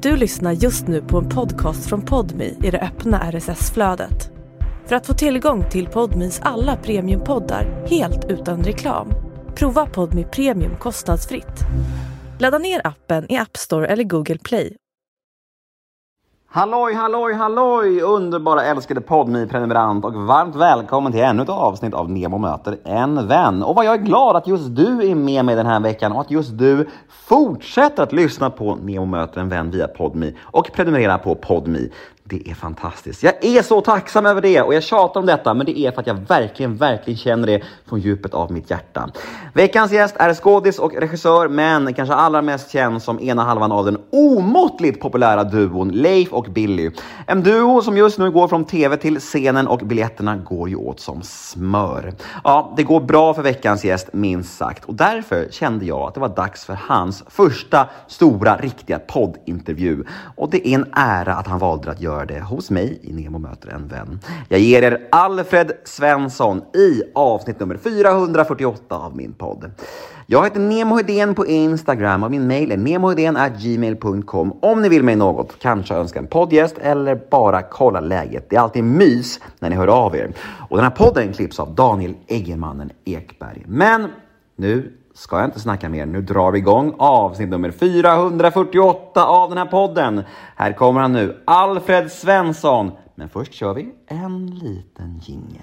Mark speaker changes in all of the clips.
Speaker 1: Du lyssnar just nu på en podcast från Podme i det öppna RSS-flödet. För att få tillgång till Podmes alla premiumpoddar helt utan reklam, prova Podme Premium kostnadsfritt. Ladda ner appen i App Store eller Google Play.
Speaker 2: Halloj, halloj, halloj, underbara älskade Podme-prenumerant och varmt välkommen till ännu ett avsnitt av Nemo möter en vän. Och vad jag är glad att just du är med mig den här veckan och att just du fortsätter att lyssna på Nemo möter en vän via Podme och prenumerera på Podme. Det är fantastiskt. Jag är så tacksam över det och jag tjatar om detta, men det är för att jag verkligen känner det från djupet av mitt hjärta. Veckans gäst är skådis och regissör, men kanske allra mest känd som ena halvan av den omåttligt populära duon Leif och Billy. En duo som just nu går från tv till scenen och biljetterna går ju åt som smör. Ja, det går bra för veckans gäst minst sagt och därför kände jag att det var dags för hans första stora riktiga poddintervju. Och det är en ära att han valde att göra det hos mig i Nemo möter en vän. Jag ger er Alfred Svensson i avsnitt nummer 448 av min podd. Jag heter Nemo Hedén på Instagram och min mail är nemohedén@gmail.com om ni vill mig något, kanske önska en poddgäst eller bara kolla läget. Det är alltid mys när ni hör av er. Och den här podden klipps av Daniel Eggemannen Ekberg. Men nu ska jag inte snacka mer. Nu drar vi igång avsnitt nummer 448 av den här podden. Här kommer han nu, Alfred Svensson. Men först kör vi en liten jingle.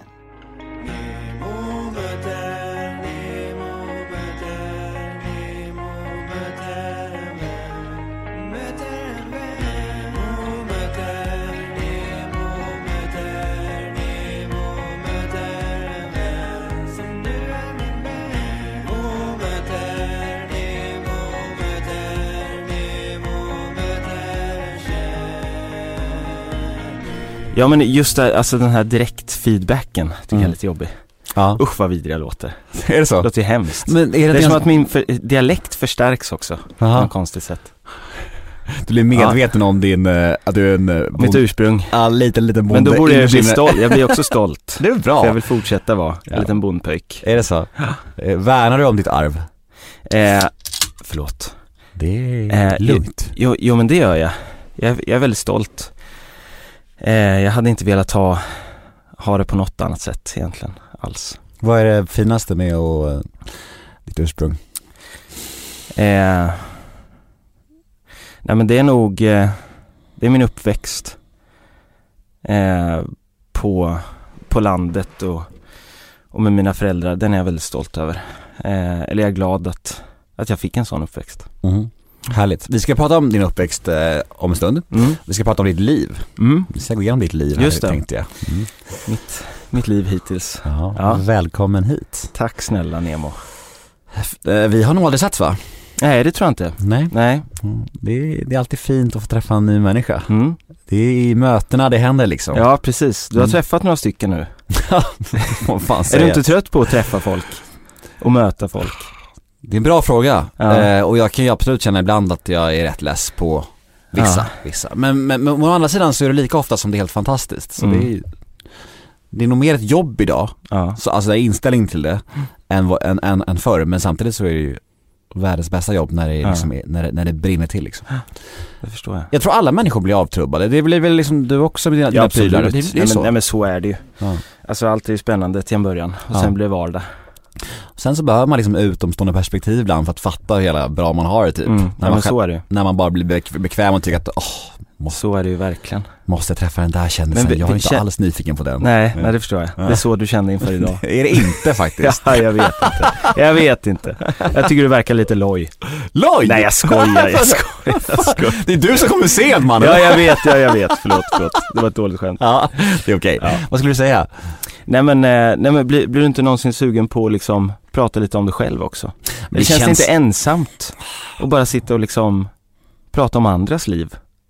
Speaker 3: Ja, men just det, alltså den här direktfeedbacken tycker jag är lite jobbig. Ja. Usch vad vidriga låter.
Speaker 4: Är det så?
Speaker 3: Det låter ju hemskt.
Speaker 4: Men
Speaker 3: det är som att min dialekt förstärks också på något konstigt sätt.
Speaker 4: Du blir medveten om din att du är en
Speaker 3: mitt ursprung.
Speaker 4: Ja, liten bonde.
Speaker 3: Men då borde jag bli stolt. Jag blir också stolt.
Speaker 4: Det är bra.
Speaker 3: För jag vill fortsätta vara en liten bondpöjk.
Speaker 4: Är det så? Värnar du om ditt arv?
Speaker 3: Förlåt.
Speaker 4: Det är lugnt.
Speaker 3: Jo, men det gör jag. Jag är väldigt stolt. Jag hade inte velat ha det på något annat sätt egentligen alls.
Speaker 4: Vad är det finaste med ditt ursprung?
Speaker 3: Nej, men det är nog det är min uppväxt på landet och med mina föräldrar. Den är jag väldigt stolt över. Eller jag är glad att jag fick en sån uppväxt.
Speaker 4: Mm. Härligt. Vi ska prata om din uppväxt om en stund. Vi ska prata om ditt liv. Vi ska gå igenom ditt liv.
Speaker 3: Just
Speaker 4: här,
Speaker 3: det.
Speaker 4: Tänkte jag.
Speaker 3: Mitt liv hittills.
Speaker 4: Ja. Välkommen hit.
Speaker 3: Tack snälla Nemo.
Speaker 4: Vi har nog aldrig setts, va?
Speaker 3: Nej, det tror jag inte.
Speaker 4: Nej. Det är alltid fint att få träffa en ny människa. Det är i mötena det händer liksom.
Speaker 3: Ja, precis. Du har träffat några stycken nu.
Speaker 4: Vad fan
Speaker 3: är du inte trött på att träffa folk och möta folk?
Speaker 4: Det är en bra fråga. Och jag kan ju absolut känna ibland att jag är rätt less på vissa. Men å andra sidan så är det lika ofta som det är helt fantastiskt. Så det är nog mer ett jobb idag. Så, alltså det är inställning till det än förr. Men samtidigt så är det ju världens bästa jobb när det, liksom när det brinner till liksom.
Speaker 3: Det förstår jag.
Speaker 4: Jag tror alla människor blir avtrubbade. Det blir väl liksom du också med dina prylar. Det är så.
Speaker 3: Nej, men så är det ju. Alltså allt är ju spännande till en början. Och sen blir det vardag.
Speaker 4: Sen så behöver man liksom utomstående perspektiv ibland för att fatta hur jävla bra man har det typ. När man bara blir bekväm och tycker att
Speaker 3: så är det ju verkligen.
Speaker 4: Måste träffa den där kändisen. Jag är inte alls nyfiken på den.
Speaker 3: Nej, det förstår jag. Det är så du kände inför idag.
Speaker 4: Är det inte faktiskt?
Speaker 3: Ja, jag vet inte. Jag tycker du verkar lite loj.
Speaker 4: Loj?
Speaker 3: Nej, jag skojar.
Speaker 4: Det är du som kommer sent, man.
Speaker 3: Ja, jag vet. Förlåt. Det var ett dåligt skämt.
Speaker 4: Ja, det är okej. Ja. Vad skulle du säga?
Speaker 3: Nej men blir du inte någonsin sugen på att liksom prata lite om dig själv också? Det känns inte ensamt att bara sitta och liksom prata om andras liv.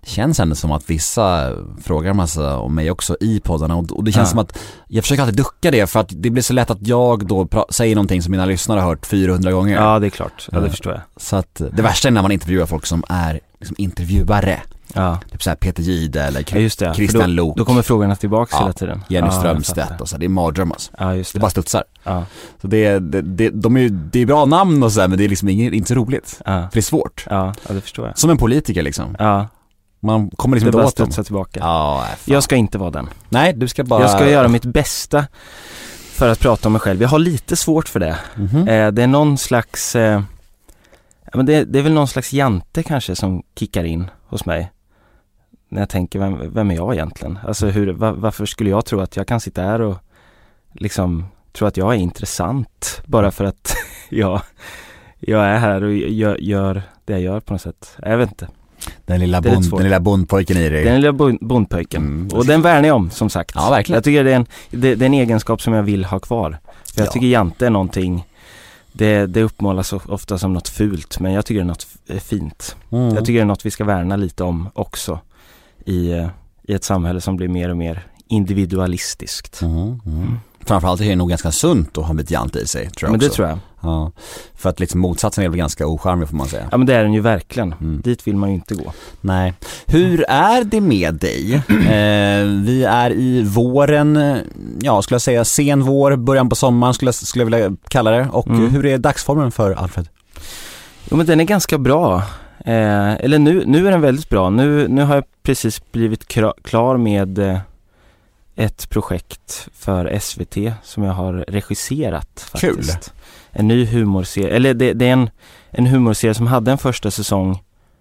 Speaker 4: känns ändå som att vissa frågar massa om mig också i poddarna och det känns som att jag försöker alltid ducka det för att det blir så lätt att jag då säger någonting som mina lyssnare har hört 400 gånger.
Speaker 3: Ja, det är klart. Ja, det förstår jag.
Speaker 4: Så att det värsta är när man intervjuar folk som är liksom intervjuare.
Speaker 3: Ja.
Speaker 4: Typ såhär Peter Gide eller
Speaker 3: Christian
Speaker 4: Lok.
Speaker 3: Då kommer frågorna tillbaka hela tiden.
Speaker 4: Jenny Strömstedt och så. Det är mardröm alltså.
Speaker 3: Ja, just det.
Speaker 4: Det bara studsar.
Speaker 3: Ja.
Speaker 4: Så det är bra namn och så här, men det är liksom inte så roligt.
Speaker 3: Ja.
Speaker 4: För det är svårt.
Speaker 3: Ja, det förstår jag.
Speaker 4: Som en politiker liksom.
Speaker 3: Ja.
Speaker 4: Man kommer liksom
Speaker 3: inte
Speaker 4: åt dem.
Speaker 3: Tillbaka.
Speaker 4: Ja,
Speaker 3: jag ska inte vara den.
Speaker 4: Nej, du ska bara...
Speaker 3: Jag ska göra mitt bästa för att prata om mig själv. Jag har lite svårt för det. Det är någon slags... men det är väl någon slags jante kanske som kickar in hos mig. När jag tänker, vem är jag egentligen? Alltså varför skulle jag tro att jag kan sitta här och liksom tro att jag är intressant bara för att jag är här och gör det jag gör på något sätt. Jag vet inte.
Speaker 4: Den lilla bondpojken i dig.
Speaker 3: Den lilla bondpojken. Och den värnar jag om, som sagt.
Speaker 4: Ja, verkligen.
Speaker 3: Jag tycker det är en egenskap som jag vill ha kvar. För jag tycker jante är någonting... Det uppmålas ofta som något fult, men jag tycker det är något fint. Jag tycker det är något vi ska värna lite om också i ett samhälle som blir mer och mer individualistiskt.
Speaker 4: Framförallt är det nog ganska sunt att ha ett jante i sig, tror jag.
Speaker 3: Men det
Speaker 4: också.
Speaker 3: tror jag.
Speaker 4: Ja. För att liksom motsatsen är väl ganska ocharmig, får man säga.
Speaker 3: Ja, men det är den ju verkligen. Dit vill man ju inte gå.
Speaker 4: Nej. Hur är det med dig? Vi är i våren, skulle jag säga sen vår, början på sommaren skulle jag vilja kalla det. Och hur är dagsformen för Alfred?
Speaker 3: Jo, men den är ganska bra. Eller nu är den väldigt bra. Nu har jag precis blivit klar med ett projekt för SVT som jag har regisserat faktiskt.
Speaker 4: Kul.
Speaker 3: En ny humorserie, eller det är en humorserie som hade en första säsong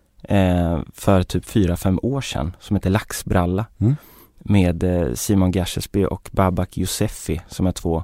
Speaker 3: för typ 4-5 år sedan som heter Laxbralla med Simon Gärdsby och Babak Yousefi som är två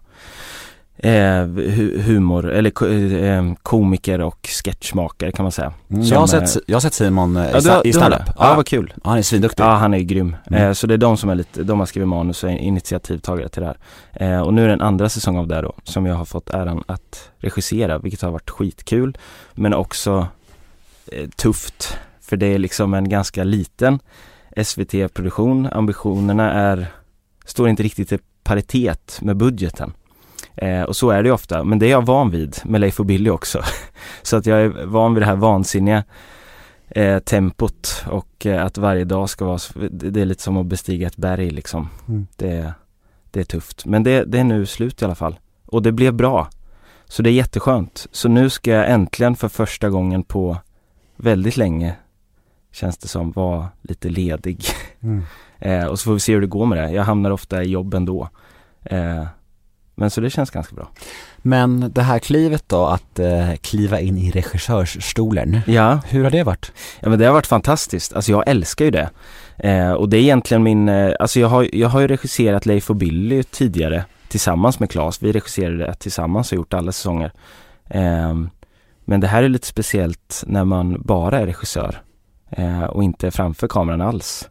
Speaker 3: komiker och sketchmakare kan man säga.
Speaker 4: Jag har sett Simon i stand-up.
Speaker 3: Ja, vad kul.
Speaker 4: Han är svinduktig.
Speaker 3: Ja, han är grym. Så det är de som har skrivit manus och är initiativtagare till det här. Och nu är det en andra säsong av det då som jag har fått äran att regissera, vilket har varit skitkul men också tufft, för det är liksom en ganska liten SVT-produktion. Ambitionerna står inte riktigt i paritet med budgeten. Och så är det ofta, men det är jag van vid med Leif och Billy också. Så att jag är van vid det här vansinniga tempot och att varje dag ska vara, det är lite som att bestiga ett berg liksom. Det är tufft, men det är nu slut i alla fall. Och det blev bra, så det är jätteskönt. Så nu ska jag äntligen för första gången på väldigt länge, känns det som, vara lite ledig. Och så får vi se hur det går med det. Jag hamnar ofta i jobb ändå. Men så det känns ganska bra. Men det här klivet då, att kliva in i regissörsstolen. Ja. Hur har det varit? Ja, men det har varit fantastiskt. Alltså jag älskar ju det. Och det är egentligen min... alltså jag har ju regisserat Leif och Billy tidigare tillsammans med Claes. Vi regisserade det tillsammans och gjort alla säsonger. Men det här är lite speciellt när man bara är regissör. Och inte framför kameran alls.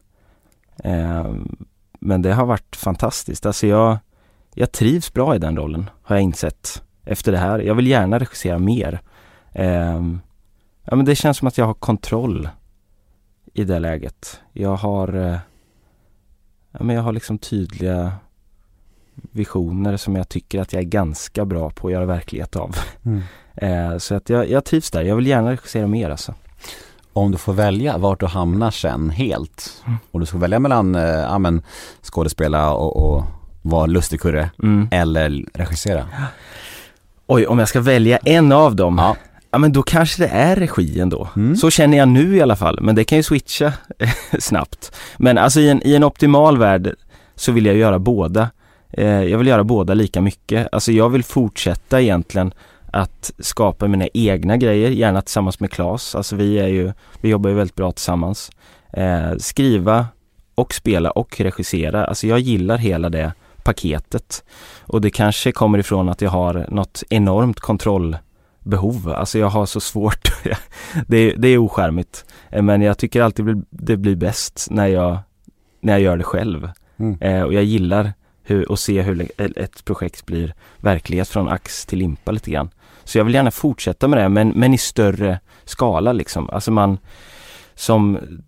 Speaker 3: Men det har varit fantastiskt. Alltså jag trivs bra i den rollen, har jag insett efter det här. Jag vill gärna regissera mer. Men det känns som att jag har kontroll i det läget. Jag har liksom tydliga visioner som jag tycker att jag är ganska bra på att göra verklighet av. Så att jag trivs där. Jag vill gärna regissera mer alltså. Om du får välja vart du hamnar sen helt, och du ska välja mellan skådespela och vara lustigkurre eller regissera. Oj, om jag ska välja en av dem, ja men då kanske det är regi ändå. Så känner jag nu i alla fall, men det kan ju switcha snabbt. Men alltså i en optimal värld så vill jag göra båda. Jag vill göra båda lika mycket. Alltså jag vill fortsätta egentligen att skapa mina egna grejer, gärna tillsammans med Claes. Alltså vi jobbar ju väldigt bra tillsammans. Skriva och spela och regissera. Alltså jag gillar hela det paketet. Och det kanske kommer ifrån att jag har något enormt kontrollbehov. Alltså jag har så svårt. Det är oskärmigt. Men jag tycker alltid det blir bäst när jag gör det själv. Och jag gillar att se hur ett projekt blir verklighet från ax till limpa lite grann. Så jag vill gärna fortsätta med det, men i större skala liksom. Alltså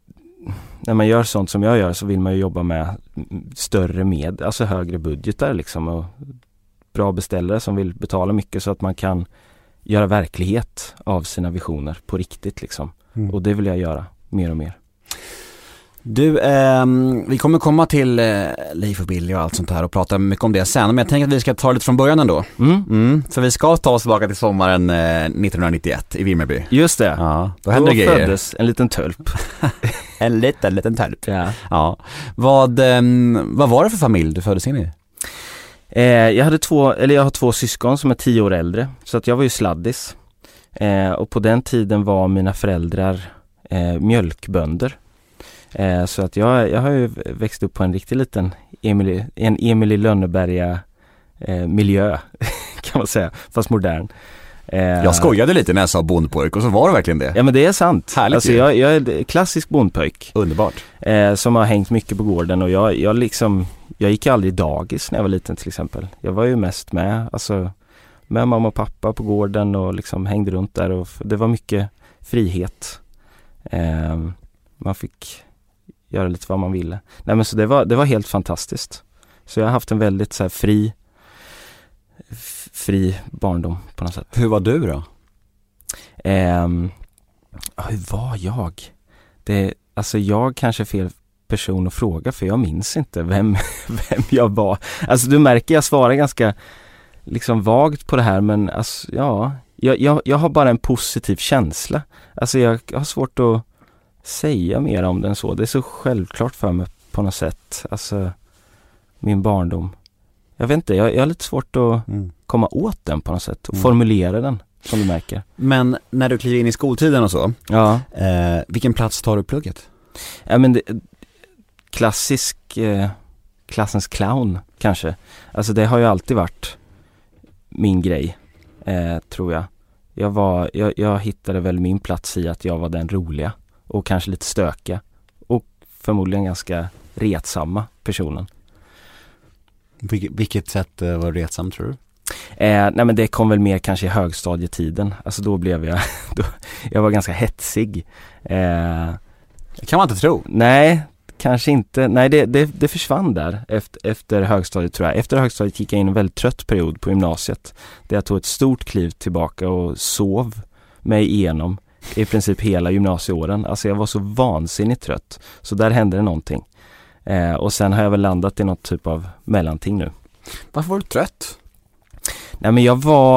Speaker 3: när man gör sånt som jag gör så vill man ju jobba med alltså högre budgetar liksom, och bra beställare som vill betala mycket så att man kan göra verklighet av sina visioner på riktigt liksom. Och det vill jag göra mer och mer.
Speaker 4: Du, vi kommer komma till Leif och Billy och allt sånt här och prata mycket om det sen, men jag tänker att vi ska ta lite från början ändå. Så vi ska ta oss tillbaka till sommaren 1991 i Vimmerby.
Speaker 3: Just det.
Speaker 4: Ja, då hände
Speaker 3: då
Speaker 4: grejer.
Speaker 3: Föddes en liten tölp.
Speaker 4: En liten tölp.
Speaker 3: Ja.
Speaker 4: Vad var det för familj du föddes in i?
Speaker 3: Jag har 2 syskon som är 10 år äldre, så att jag var ju sladdis. Och på den tiden var mina föräldrar mjölkbönder. Så att jag har ju växt upp på en riktigt liten Emil i Lönneberga miljö kan man säga, fast modern.
Speaker 4: Jag skojade lite när jag sa bondpojk och så var det verkligen det.
Speaker 3: Ja, men det är sant.
Speaker 4: Härligt,
Speaker 3: alltså, jag är klassisk bondpojk.
Speaker 4: Underbart.
Speaker 3: Som har hängt mycket på gården, och jag gick aldrig dagis när jag var liten till exempel. Jag var ju mest med mamma och pappa på gården och liksom hängde runt där, och det var mycket frihet. Man fick göra lite vad man ville. Nej, men så det var helt fantastiskt. Så jag har haft en väldigt så här fri barndom på något sätt.
Speaker 4: Hur var du då?
Speaker 3: Hur var jag? Jag kanske är fel person att fråga, för jag minns inte vem jag var. Alltså du märker, jag svarar ganska liksom vagt på det här, men alltså, ja, jag har bara en positiv känsla. Alltså jag har svårt att säga mer om den så. Det är så självklart för mig på något sätt. Alltså min barndom. Jag vet inte, jag har lite svårt att komma åt den på något sätt och formulera den, som du märker.
Speaker 4: Men när du kliver in i skoltiden och så,
Speaker 3: ja.
Speaker 4: Vilken plats tar du i plugget?
Speaker 3: Ja, men klassens clown kanske. Alltså det har ju alltid varit min grej, tror jag. Jag hittade väl min plats i att jag var den roliga och kanske lite stökiga och förmodligen ganska retsamma personen.
Speaker 4: Vilket sätt var retsam, tror du?
Speaker 3: Nej, men det kom väl mer kanske i högstadietiden. Alltså då blev jag var ganska hetsig.
Speaker 4: Det kan man inte tro.
Speaker 3: Nej, kanske inte. Nej, det försvann där efter högstadiet, tror jag. Efter högstadiet gick jag in en väldigt trött period på gymnasiet, där jag tog ett stort kliv tillbaka och sov mig igenom i princip hela gymnasieåren. Alltså jag var så vansinnigt trött. Så där hände det någonting. Och sen har jag väl landat i något typ av mellanting nu.
Speaker 4: Varför var du trött?
Speaker 3: Nej, men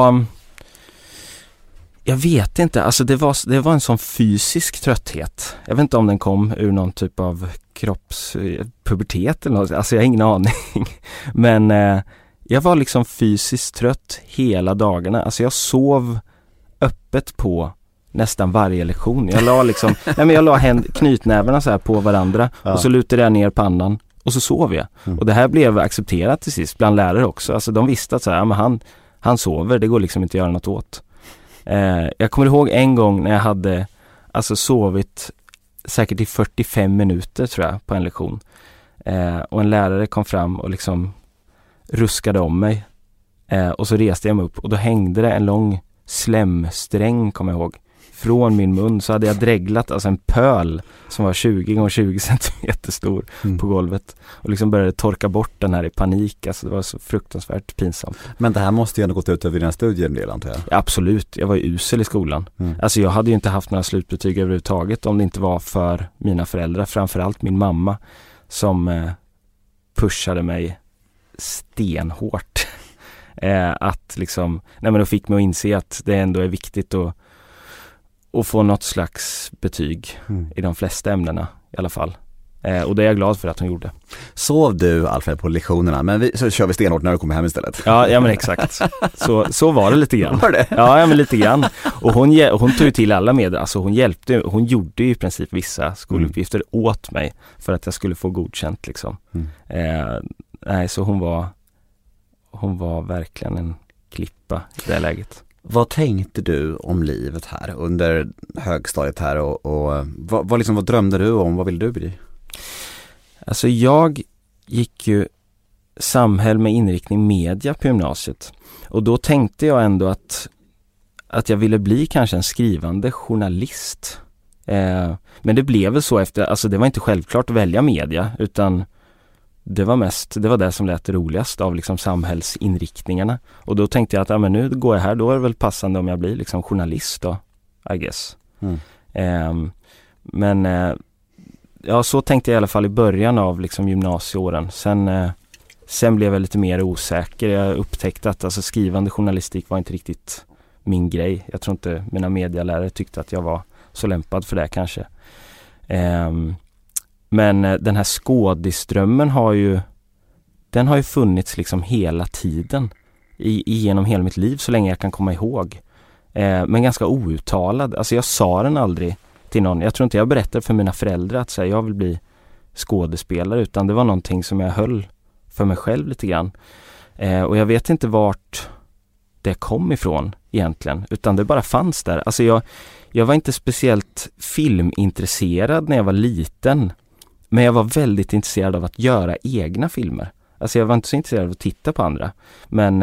Speaker 3: jag vet inte. Alltså det var en sån fysisk trötthet. Jag vet inte om den kom ur någon typ av kroppspubertet eller något. Alltså jag har ingen aning. Men jag var liksom fysiskt trött hela dagarna. Alltså jag sov öppet på nästan varje lektion. Jag la knytnävarna så här på varandra, och så lutade jag ner pannan och så sov jag. Och det här blev accepterat till sist bland lärare också. Alltså de visste att så här, men han sover, det går liksom inte att göra något åt. Jag kommer ihåg en gång när jag hade sovit säkert i 45 minuter, tror jag, på en lektion. Och en lärare kom fram och liksom ruskade om mig. Och så reste jag mig upp, och då hängde det en lång slemsträng, kommer jag ihåg, från min mun. Så hade jag dreglat en pöl som var 20 x 20 centimeter stor på golvet, och liksom började torka bort den här i panik. Alltså det var så fruktansvärt pinsamt.
Speaker 4: Men det här måste ju ändå gått ut över dina studier en del, antar jag.
Speaker 3: Ja, absolut, jag var ju usel i skolan. Alltså jag hade ju inte haft några slutbetyg överhuvudtaget om det inte var för mina föräldrar, framförallt min mamma, som pushade mig stenhårt. Att liksom, då fick mig att inse att det ändå är viktigt att få något slags betyg i de flesta ämnena i alla fall. Och det är jag glad för att hon gjorde.
Speaker 4: Sov du, Alfred, på lektionerna? Men så kör vi stenhårt när du kommer hem istället.
Speaker 3: Ja, men exakt. Så var det lite grann.
Speaker 4: Var det?
Speaker 3: Ja, men lite grann. Och hon tog ju till alla medel. Alltså hon gjorde ju i princip vissa skoluppgifter åt mig för att jag skulle få godkänt liksom. Så hon var verkligen en klippa i det läget.
Speaker 4: Vad tänkte du om livet här under högstadiet här, och vad drömde du om? Vad ville du bli?
Speaker 3: Alltså jag gick ju samhäll med inriktning media på gymnasiet, och då tänkte jag ändå att jag ville bli kanske en skrivande journalist Men det blev väl så efter, alltså det var inte självklart att välja media, utan det var det som lät roligast av liksom samhällsinriktningarna. Och då tänkte jag att men nu går jag här, då är det väl passande om jag blir liksom journalist då, I guess. Men så tänkte jag i alla fall i början av liksom gymnasieåren. Sen blev jag lite mer osäker. Jag upptäckte att alltså, skrivande journalistik var inte riktigt min grej. Jag tror inte mina medialärare tyckte att jag var så lämpad för det kanske. Men den här skådisdrömmen har ju funnits liksom hela tiden genom hela mitt liv så länge jag kan komma ihåg. Men ganska outtalad. Alltså jag sa den aldrig till någon. Jag tror inte jag berättade för mina föräldrar att jag vill bli skådespelare, utan det var någonting som jag höll för mig själv lite grann. Och jag vet inte vart det kom ifrån egentligen, utan det bara fanns där. Alltså jag var inte speciellt filmintresserad när jag var liten, men jag var väldigt intresserad av att göra egna filmer. Alltså jag var inte så intresserad av att titta på andra. Men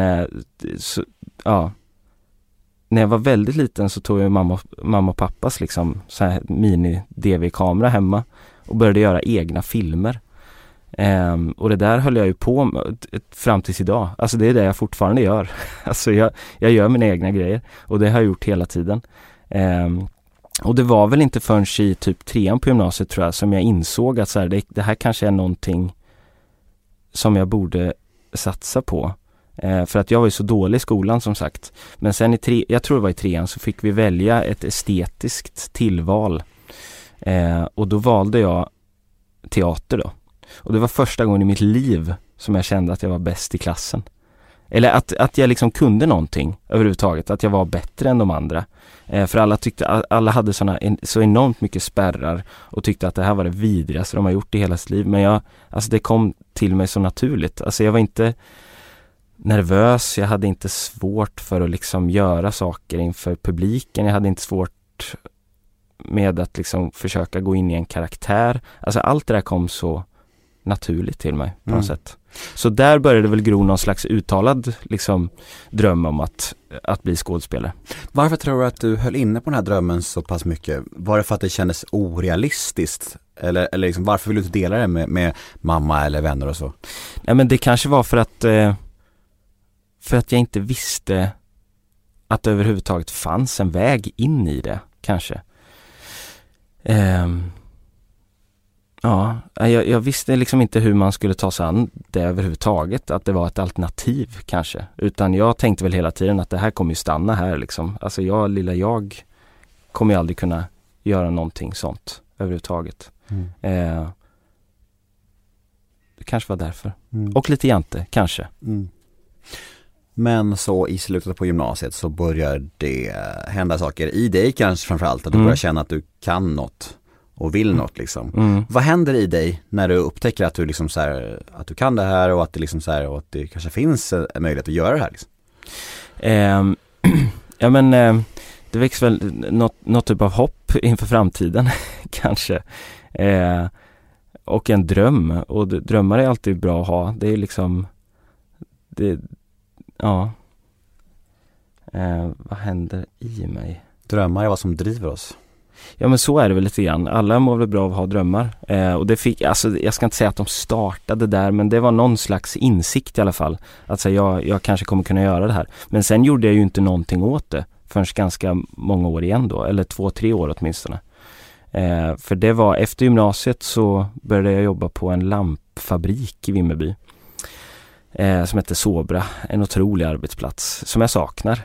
Speaker 3: när jag var väldigt liten så tog jag mamma och pappas liksom så här mini-DV-kamera hemma och började göra egna filmer. Och det där höll jag ju på med fram tills idag. Alltså det är det jag fortfarande gör. Alltså jag gör mina egna grejer, och det har jag gjort hela tiden. Och det var väl inte förrän i typ 3:an på gymnasiet tror jag som jag insåg att så här, det här kanske är någonting som jag borde satsa på. För att jag var ju så dålig i skolan som sagt. Men sen jag tror det var i 3:an så fick vi välja ett estetiskt tillval. Och då valde jag teater då. Och det var första gången i mitt liv som jag kände att jag var bäst i klassen. Eller att jag liksom kunde någonting överhuvudtaget. Att jag var bättre än de andra. För alla hade så enormt mycket spärrar och tyckte att det här var det vidrigaste de har gjort i hela sitt liv. Men det kom till mig så naturligt. Alltså jag var inte nervös. Jag hade inte svårt för att liksom göra saker inför publiken. Jag hade inte svårt med att liksom försöka gå in i en karaktär. Alltså allt det där kom så naturligt till mig på något sätt. Så där började väl gro någon slags uttalad liksom dröm om att bli skådespelare.
Speaker 4: Varför tror du att du höll inne på den här drömmen så pass mycket? Var det för att det kändes orealistiskt? Eller liksom, varför vill du inte dela det med mamma eller vänner och så?
Speaker 3: Nej, men det kanske var för att jag inte visste att det överhuvudtaget fanns en väg in i det, kanske. Jag visste liksom inte hur man skulle ta sig an det överhuvudtaget, att det var ett alternativ kanske, utan jag tänkte väl hela tiden att det här kommer ju stanna här liksom. Alltså jag kommer ju aldrig kunna göra någonting sånt överhuvudtaget. Det kanske var därför. Och lite jante, kanske.
Speaker 4: Men så i slutet på gymnasiet så börjar det hända saker i dig kanske framförallt, att du börjar känna att du kan något och vill något liksom. Vad händer i dig när du upptäcker att du liksom så här, att du kan det här och att det liksom så här, och att det kanske finns en möjlighet att göra det här liksom?
Speaker 3: Det väcks väl något typ av hopp inför framtiden kanske. Och en dröm, och drömmar är alltid bra att ha. Det är liksom vad händer i mig?
Speaker 4: Drömmar är vad som driver oss.
Speaker 3: Ja, men så är det väl lite grann. Alla mår väl bra av att ha drömmar. Och det fick, alltså jag ska inte säga att de startade där, men det var någon slags insikt i alla fall. Att säga, jag kanske kommer kunna göra det här. Men sen gjorde jag ju inte någonting åt det förrän ganska många år igen då. Eller 2-3 år åtminstone. För det var, efter gymnasiet så började jag jobba på en lampfabrik i Vimmerby. Som heter Sobra. En otrolig arbetsplats som jag saknar.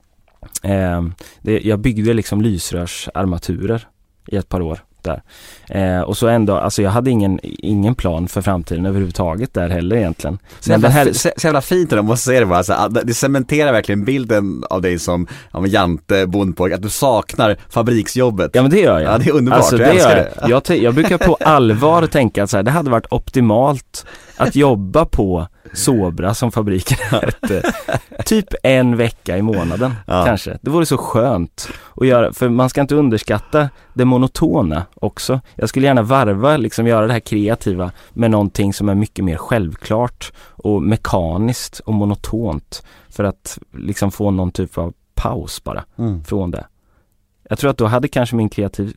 Speaker 3: Jag byggde liksom lysrörsarmaturer i ett par år där. Och så ändå, alltså jag hade ingen plan för framtiden överhuvudtaget där heller egentligen.
Speaker 4: Så jävla fint, jag måste säga det bara. Alltså, det cementerar verkligen bilden av dig som jante bondpojk, att du saknar fabriksjobbet.
Speaker 3: Ja, men det gör jag.
Speaker 4: Ja, det är underbart,
Speaker 3: alltså,
Speaker 4: jag älskar det.
Speaker 3: Jag brukar på allvar tänka att så här, det hade varit optimalt att jobba på Sobra som fabriken hette. Typ en vecka i månaden kanske. Det vore så skönt att göra, för man ska inte underskatta det monotona också. Jag skulle gärna varva, liksom göra det här kreativa med någonting som är mycket mer självklart och mekaniskt och monotont, för att liksom få någon typ av paus bara från det. Jag tror att då hade kanske min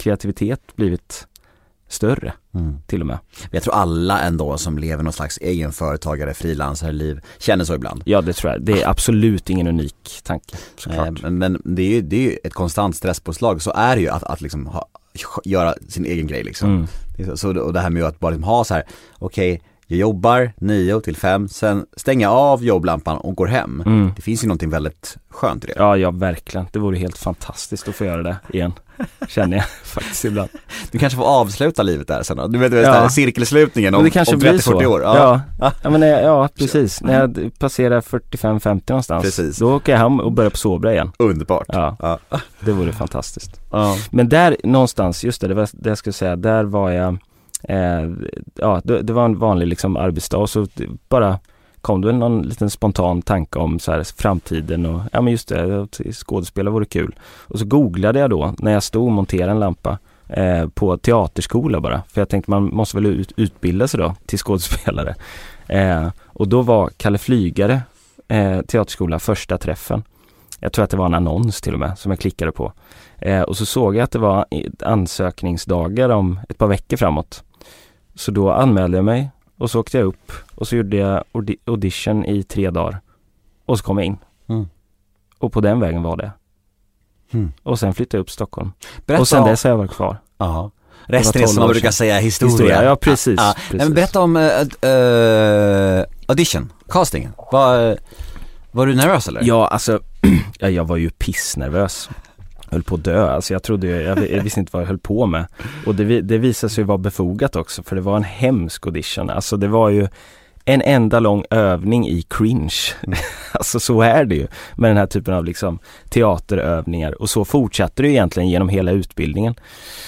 Speaker 3: kreativitet blivit större till och med.
Speaker 4: Jag tror alla ändå som lever någon slags egenföretagare, frilansarliv känner så ibland.
Speaker 3: Ja, det tror jag. Det är absolut ingen unik tanke, såklart.
Speaker 4: Men det är ju ett konstant stresspåslag, så är det ju att liksom göra sin egen grej liksom. Så, och det här med att bara liksom ha så här, okej, jag jobbar 9 till 5, sen stänga av jobblampan och går hem. Det finns ju någonting väldigt skönt i det.
Speaker 3: Ja, verkligen. Det vore helt fantastiskt att få göra det igen, känner jag faktiskt ibland.
Speaker 4: Du kanske får avsluta livet där sen då. Du vet där cirkelslutningen om 30-40 år.
Speaker 3: Ja, precis. När jag passerar 45-50 någonstans, då åker jag hem och börjar på sovra igen.
Speaker 4: Underbart.
Speaker 3: Ja. Det vore fantastiskt. Men där någonstans, just det var det jag skulle säga, där var jag det var en vanlig liksom arbetsdag, och så bara kom det någon liten spontan tanke om så här framtiden och men just det, skådespelare vore kul. Och så googlade jag då när jag stod och monterade en lampa på teaterskola bara, för jag tänkte man måste väl utbilda sig då till skådespelare. Och då var Kalle Flygare teaterskola första träffen. Jag tror att det var en annons till och med som jag klickade på. Och så såg jag att det var ansökningsdagar om ett par veckor framåt. Så då anmälde jag mig och så åkte jag upp och så gjorde jag audition i 3 dagar. Och så kom jag in. Och på den vägen var det. Och sen flyttade jag upp till Stockholm. Och sen dess har jag varit kvar.
Speaker 4: Ja. Resten är som man brukar säga historia.
Speaker 3: Ja, precis.
Speaker 4: Nej, men berätta om audition, castingen. Var du nervös eller?
Speaker 3: Ja, alltså jag var ju pissnervös. Höll på att dö. Alltså jag visste inte vad jag höll på med. Och det visade sig vara befogat också, för det var en hemsk audition. Alltså det var ju en enda lång övning i cringe. Alltså så är det ju med den här typen av liksom teaterövningar. Och så fortsatte det egentligen genom hela utbildningen.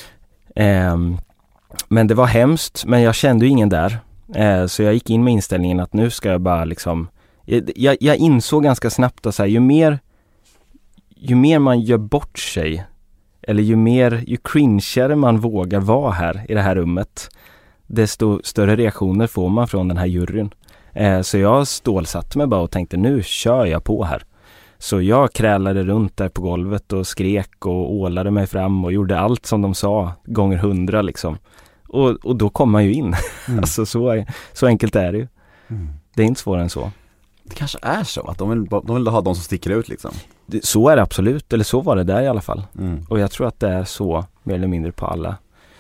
Speaker 3: Men det var hemskt, men jag kände ju ingen där. Så jag gick in med inställningen att nu ska jag bara liksom... Jag insåg ganska snabbt att så här, ju mer man gör bort sig, eller ju cringeare man vågar vara här i det här rummet, desto större reaktioner får man från den här juryn. Så jag stålsatte mig bara och tänkte, nu kör jag på här. Så jag krälade runt där på golvet och skrek och ålade mig fram och gjorde allt som de sa gånger 100 liksom. Och då kom man ju in. Alltså så enkelt är det ju. Det är inte svårare än så.
Speaker 4: Det kanske är så att de vill ha de som sticker ut liksom.
Speaker 3: Så är det absolut, eller så var det där i alla fall. Och jag tror att det är så mer eller mindre på alla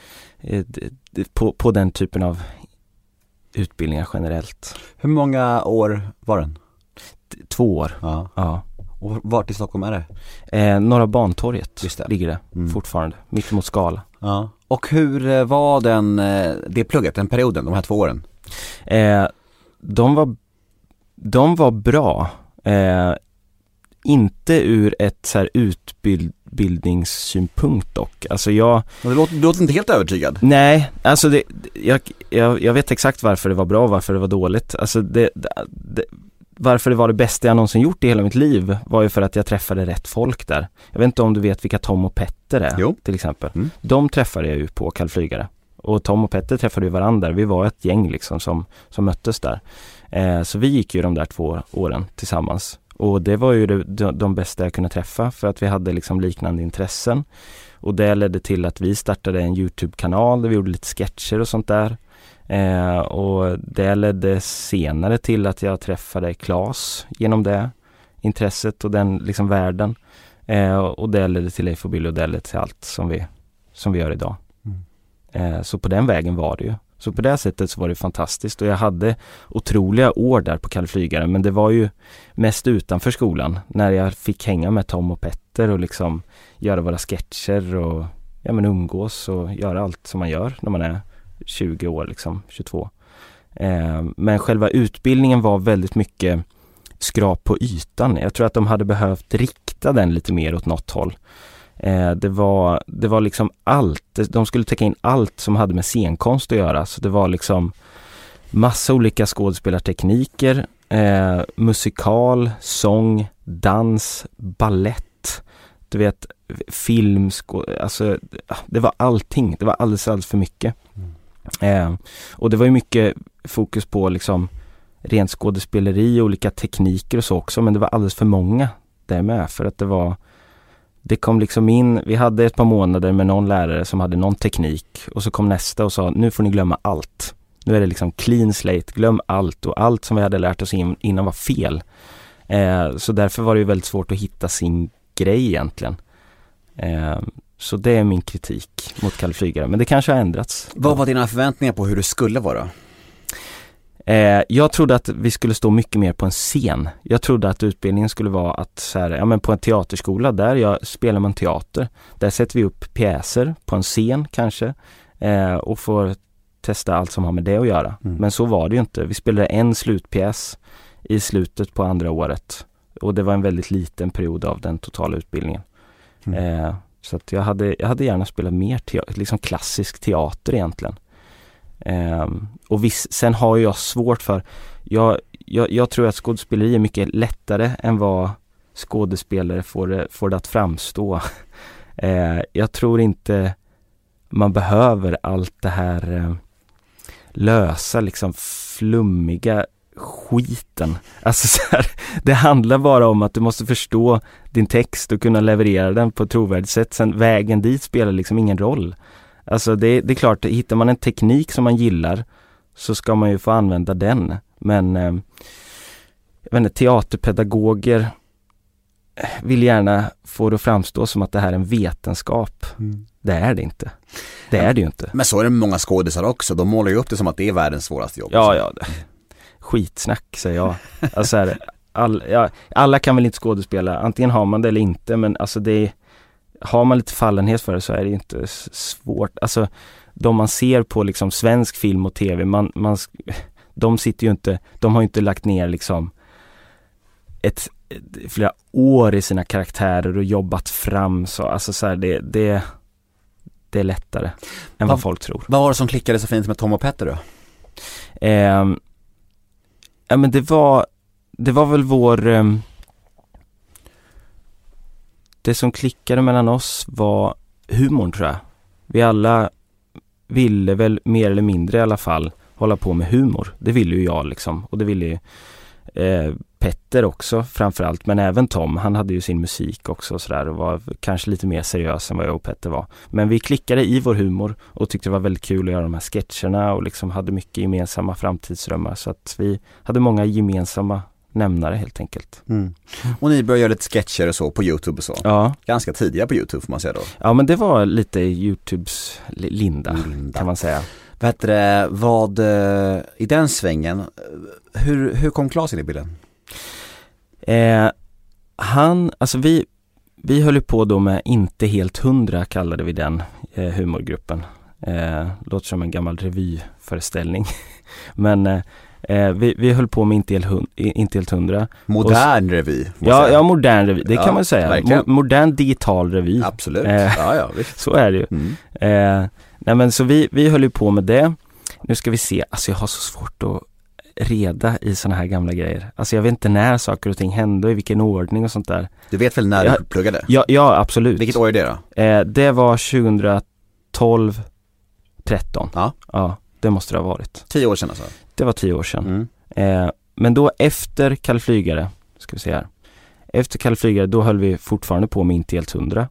Speaker 3: på den typen av utbildningar generellt.
Speaker 4: Hur många år var den?
Speaker 3: 2 år.
Speaker 4: Ja. Och vart i Stockholm är det?
Speaker 3: Norra Bantorget ligger det fortfarande, mitt mot Skala.
Speaker 4: Ja. Och hur var det plugget, den perioden, de här 2 åren?
Speaker 3: De var bra. Inte ur ett så här utbildningssynpunkt dock. Alltså
Speaker 4: det låter inte helt övertygad.
Speaker 3: Nej, alltså jag vet exakt varför det var bra och varför det var dåligt. Alltså varför det var det bästa jag någonsin gjort i hela mitt liv var ju för att jag träffade rätt folk där. Jag vet inte om du vet vilka Tom och Petter är, till exempel. De träffade jag ju på Kalle Flygare. Och Tom och Petter träffade ju varandra. Vi var ett gäng liksom som möttes där. Så vi gick ju de där 2 åren tillsammans. Och det var ju de bästa jag kunde träffa, för att vi hade liksom liknande intressen. Och det ledde till att vi startade en YouTube-kanal där vi gjorde lite sketcher och sånt där. Och det ledde senare till att jag träffade Claes genom det intresset och den liksom världen. Och det ledde till Leif och Billy och det ledde till allt som vi gör idag. Så på den vägen var det ju. Så på det sättet så var det fantastiskt, och jag hade otroliga år där på Kalle Flygare, men det var ju mest utanför skolan när jag fick hänga med Tom och Petter och liksom göra våra sketcher och umgås och göra allt som man gör när man är 20 år liksom, 22. Men själva utbildningen var väldigt mycket skrap på ytan. Jag tror att de hade behövt rikta den lite mer åt något håll. Det var liksom allt. De skulle täcka in allt som hade med scenkonst att göra. Så det var liksom massa olika skådespelartekniker, musikal, sång, dans, ballett, du vet, film, alltså det var allting. Det var alldeles för mycket. Och det var ju mycket fokus på liksom rent skådespeleri och olika tekniker och så också, men det var alldeles för många där med, för att det det kom liksom in, vi hade ett par månader med någon lärare som hade någon teknik och så kom nästa och sa, nu får ni glömma allt. Nu är det liksom clean slate, glöm allt, och allt som vi hade lärt oss innan var fel. Så därför var det ju väldigt svårt att hitta sin grej egentligen. Så det är min kritik mot Kalle Flygare, men det kanske har ändrats.
Speaker 4: Vad var dina förväntningar på hur det skulle vara?
Speaker 3: Jag trodde att vi skulle stå mycket mer på en scen. Jag trodde att utbildningen skulle vara att så här, ja, men på en teaterskola där spelar man teater. Där sätter vi upp pjäser på en scen kanske och får testa allt som har med det att göra. Men så var det ju inte. Vi spelade en slutpjäs i slutet på andra året och det var en väldigt liten period av den totala utbildningen. Så att jag hade gärna spelat mer liksom klassisk teater egentligen. Och sen har jag svårt för jag tror att skådespeleri är mycket lättare än vad skådespelare får det att framstå. Jag tror inte man behöver allt det här lösa liksom flummiga skiten. Alltså så här, det handlar bara om att du måste förstå din text och kunna leverera den på ett trovärdigt sätt. Sen vägen dit spelar liksom ingen roll. Alltså det är klart, hittar man en teknik som man gillar så ska man ju få använda den. Men jag vet inte, teaterpedagoger vill gärna få det att framstå som att det här är en vetenskap. Det är det inte. Det är det ju inte.
Speaker 4: Men så är det många skådisar också. De målar ju upp det som att det är världens svåraste jobb.
Speaker 3: Ja. Skitsnack, säger jag. Alltså här, alla kan väl inte skådespela. Antingen har man det eller inte. Men alltså har man lite fallenhet för det så är det inte svårt. Alltså de man ser på liksom svensk film och tv, de sitter ju inte, de har ju inte lagt ner liksom flera år i sina karaktärer och jobbat fram så. Alltså så här, det är lättare än vad folk tror.
Speaker 4: Vad var det som klickade så fint med Tom och Petter då?
Speaker 3: Ja, men det var väl det som klickade mellan oss var humorn, tror jag. Vi alla ville väl mer eller mindre i alla fall hålla på med humor. Det ville ju jag liksom. Och det ville ju Petter också framförallt. Men även Tom, han hade ju sin musik också och sådär. Och var kanske lite mer seriös än vad jag och Petter var. Men vi klickade i vår humor och tyckte det var väldigt kul att göra de här sketcherna. Och liksom hade mycket gemensamma framtidsdrömmar. Så att vi hade många gemensamma nämnare helt enkelt.
Speaker 4: Och ni började göra lite sketcher och så på YouTube och så.
Speaker 3: Ja.
Speaker 4: Ganska tidiga på YouTube får man säga då.
Speaker 3: Ja, men det var lite YouTubes linda. Kan man säga.
Speaker 4: Vad i den svängen, hur kom Claes in i bilden?
Speaker 3: Vi höll på då med Inte helt 100 kallade vi den humorgruppen. Låter som en gammal revyföreställning. Men vi höll på med Inte helt 100.
Speaker 4: Modern revy.
Speaker 3: Ja, modern revy, det kan man säga. Modern digital revy.
Speaker 4: Absolut. Visst.
Speaker 3: Så är det ju. Nej, men så vi höll ju på med det. Nu ska vi se. Alltså jag har så svårt att reda i såna här gamla grejer. Alltså jag vet inte när saker och ting hände och i vilken ordning och sånt där.
Speaker 4: Du vet väl när du pluggade?
Speaker 3: Ja, absolut.
Speaker 4: Vilket år är det då?
Speaker 3: Det var 2012-13. Ja, det måste det ha varit.
Speaker 4: 10 år sedan alltså?
Speaker 3: Det var 10 år sedan. Men då efter Kalle Flygare, ska vi se här. Efter Kalle Flygare, då höll vi fortfarande på med Inte helt 100.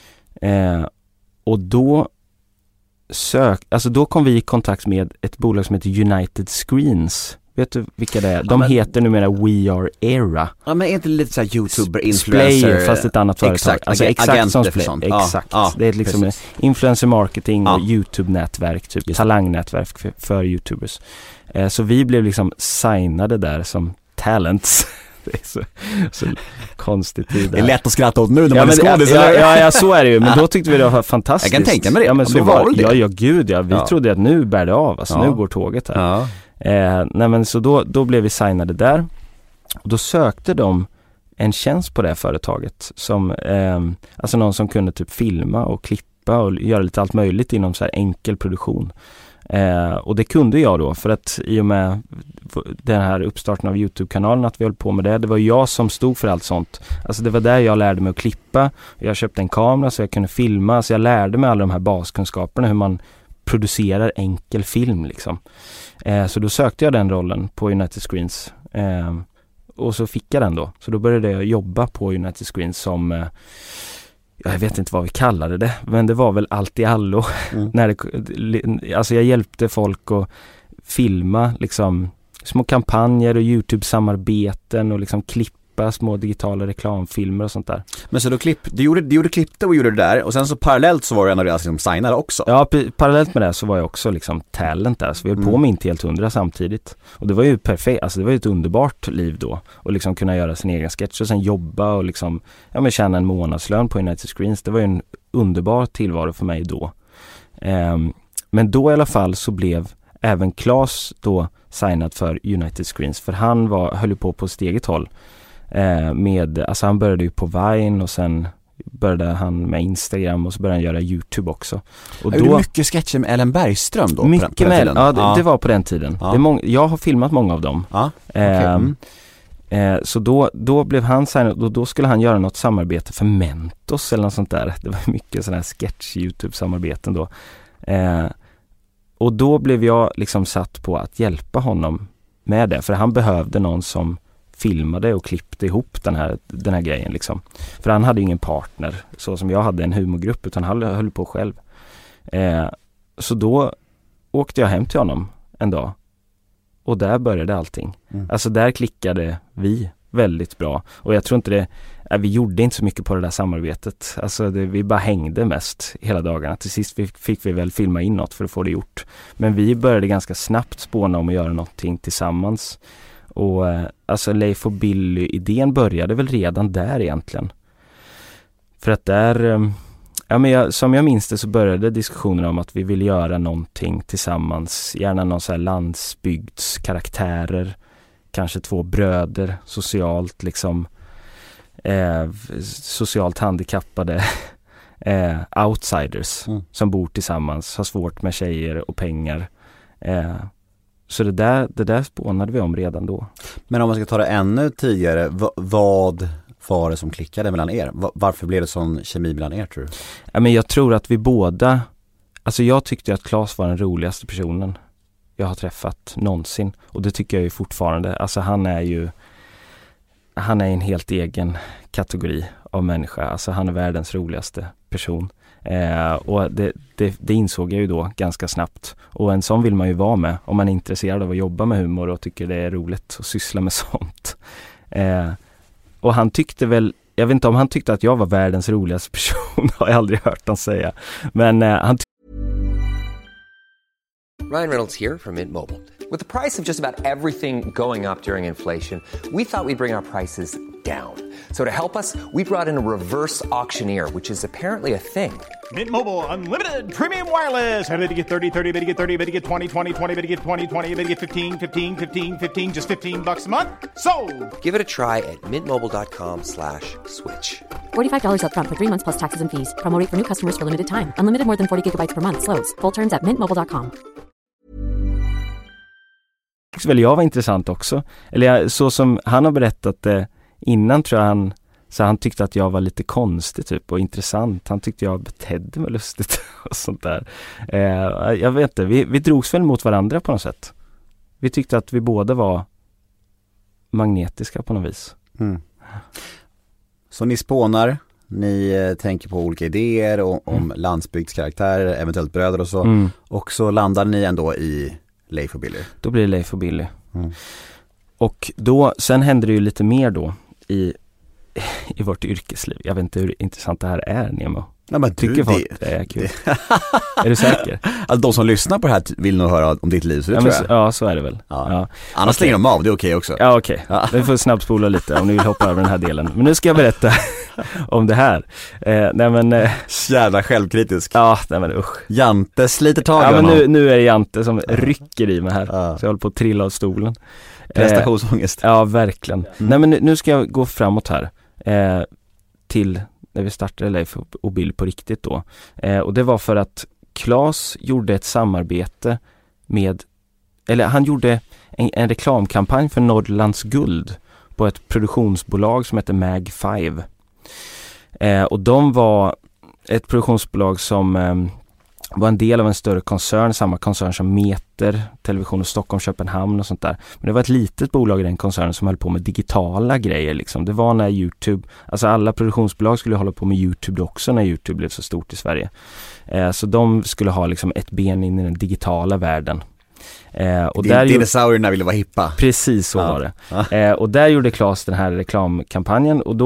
Speaker 3: Och då då kom vi i kontakt med ett bolag som heter United Screens. Vet du vilka det är? De heter numera We Are Era.
Speaker 4: Ja, men är inte lite så här YouTuber-influencer?
Speaker 3: Splay, fast ett annat företag. Exakt som Splay. Exakt. Det är liksom influencer marketing och YouTube-nätverk, typ talangnätverk för YouTubers. Så vi blev liksom signade där som talents. Det är så konstigt tid.
Speaker 4: Det är lätt att skratta åt nu när man är skådis.
Speaker 3: Ja, så är det ju. Men då tyckte vi det var fantastiskt.
Speaker 4: Jag kan tänka mig det.
Speaker 3: Ja, men så var det. Ja, gud. Vi
Speaker 4: Ja.
Speaker 3: trodde att nu bär det av. Alltså nu går tåget här.
Speaker 4: Ja.
Speaker 3: Nej, men så då blev vi signade där. Och då sökte de en tjänst på det företaget som alltså någon som kunde typ filma och klippa och göra lite allt möjligt inom så här enkel produktion. Och det kunde jag då, för att i och med den här uppstarten av YouTube-kanalen att vi höll på med det var jag som stod för allt sånt. Alltså det var där jag lärde mig att klippa. Jag köpte en kamera så jag kunde filma, så jag lärde mig alla de här baskunskaperna hur man producerar enkel film liksom. Så då sökte jag den rollen på United Screens och så fick jag den då. Så då började jag jobba på United Screens som jag vet inte vad vi kallade det, men det var väl allt i allo. När alltså jag hjälpte folk att filma liksom små kampanjer och YouTube-samarbeten och liksom klippa små digitala reklamfilmer och sånt där.
Speaker 4: Men så du gjorde klippte och gjorde det där, och sen så parallellt så var du en av deras liksom signare också.
Speaker 3: Ja, parallellt med det så var jag också liksom talent där, så vi höll på med Inte helt 100 samtidigt. Och det var ju perfekt, alltså det var ju ett underbart liv då, och liksom kunna göra sin egen sketch och sen jobba och liksom tjäna en månadslön på United Screens. Det var ju en underbar tillvaro för mig då. Men då i alla fall så blev även Claes då signad för United Screens, för han höll på sitt eget håll. Alltså han började ju på Vine och sen började han med Instagram och så började han göra YouTube också. Och
Speaker 4: då gjorde mycket sketcher med Ellen Bergström då?
Speaker 3: Mycket på med, ja, det var på den tiden. Ja. Jag har filmat många av dem. Ja. Okay. Så då blev han signad, och då skulle han göra något samarbete för Mentos eller något sånt där. Det var mycket sådana här sketch-YouTube-samarbeten då. Och då blev jag liksom satt på att hjälpa honom med det, för han behövde någon som filmade och klippte ihop den här grejen liksom. För han hade ingen partner så som jag hade en humorgrupp, utan han höll på själv. Så då åkte jag hem till honom en dag, och där började allting. Alltså där klickade vi väldigt bra, och jag tror inte vi gjorde inte så mycket på det där samarbetet. Alltså vi bara hängde mest hela dagarna. Till sist fick vi väl filma in något för att få det gjort. Men vi började ganska snabbt spåna om att göra någonting tillsammans. Och alltså Leif och Billy-idén började väl redan där egentligen. För att där, som jag minns det, så började diskussionen om att vi ville göra någonting tillsammans. Gärna någon så här landsbygdskaraktärer, kanske 2 bröder, socialt liksom, socialt handikappade outsiders som bor tillsammans, har svårt med tjejer och pengar. Så det där spånade vi om redan då. Men om man ska ta det ännu tidigare, vad var det som klickade mellan er? Varför blev det sån kemi mellan er, tror du? Ja, men jag tror att vi båda, alltså jag tyckte att Claes var den roligaste personen jag har träffat någonsin, och det tycker jag ju fortfarande. Alltså han är en helt egen kategori av människa. Alltså han är världens roligaste person. Och det insåg jag ju då ganska snabbt. Och en sån vill man ju vara med om man är intresserad av att jobba med humor och tycker det är roligt att syssla med sånt. Och han tyckte väl, jag vet inte om han tyckte att jag var världens roligaste person, har jag aldrig hört han säga. Men han
Speaker 5: Ryan Reynolds here from Mint Mobile. With the price of just about everything going up during inflation, we thought we'd bring our prices down. So to help us, we brought in a reverse auctioneer, which is apparently a thing.
Speaker 6: Mint Mobile Unlimited Premium Wireless. How to get 30, 30, bit to get 30, bit to get 20, 20, 20, bit to get 20, 20, bit to get 15, 15, 15, 15, just $15 a month? Sold! Give it a try at mintmobile.com/switch.
Speaker 7: $45 up front for 3 months plus taxes and fees. Promo rate for new customers for limited time. Unlimited more than 40 gigabytes per month. Slows full terms at mintmobile.com.
Speaker 3: Väl jag var intressant också. Eller så som han har berättat det innan, tror jag han tyckte att jag var lite konstig typ och intressant. Han tyckte jag betedde mig lustigt och sånt där. Jag vet inte, vi drogs väl mot varandra på något sätt. Vi tyckte att vi båda var magnetiska på något vis.
Speaker 4: Så ni spånar, ni tänker på olika idéer om landsbygdskaraktärer, eventuellt bröder och så. Och så landar ni ändå i Leif och Billy.
Speaker 3: Då blir det Leif och Billy. Och då, sen händer det ju lite mer då i vårt yrkesliv. Jag vet inte hur intressant det här är, Nemo.
Speaker 4: Nej, men
Speaker 3: tycker folk det är kul. Är du säker?
Speaker 4: Alltså de som lyssnar på det här vill nog höra om ditt liv, så det tror jag.
Speaker 3: Ja, så är det väl. Ja.
Speaker 4: Annars slänger de av, det är okej också.
Speaker 3: Ja, okej. Vi får snabbspola lite om ni vill hoppa över den här delen. Men nu ska jag berätta om det här.
Speaker 4: Jävla självkritisk.
Speaker 3: Ja, nej men usch.
Speaker 4: Jante sliter tag.
Speaker 3: Ja, men nu är det Jante som rycker i mig här. Så jag håller på att trilla av stolen.
Speaker 4: Prestationsångest.
Speaker 3: Ja, verkligen. Nej, men nu ska jag gå framåt här. Till när vi startade Leif och Bill på riktigt då. Och det var för att Claes gjorde ett samarbete han gjorde en reklamkampanj för Norrlands Guld på ett produktionsbolag som heter Mag 5. Och de var ett produktionsbolag som var en del av en större koncern, samma koncern som Meter, Television och Stockholm, Köpenhamn och sånt där. Men det var ett litet bolag i den koncernen som höll på med digitala grejer liksom. Det var när YouTube, alltså alla produktionsbolag skulle hålla på med YouTube också när YouTube blev så stort i Sverige. Så de skulle ha liksom ett ben in i den digitala världen. Och
Speaker 4: dinosaurierna ville vara hippa.
Speaker 3: Precis så var det. Och där gjorde Claes den här reklamkampanjen och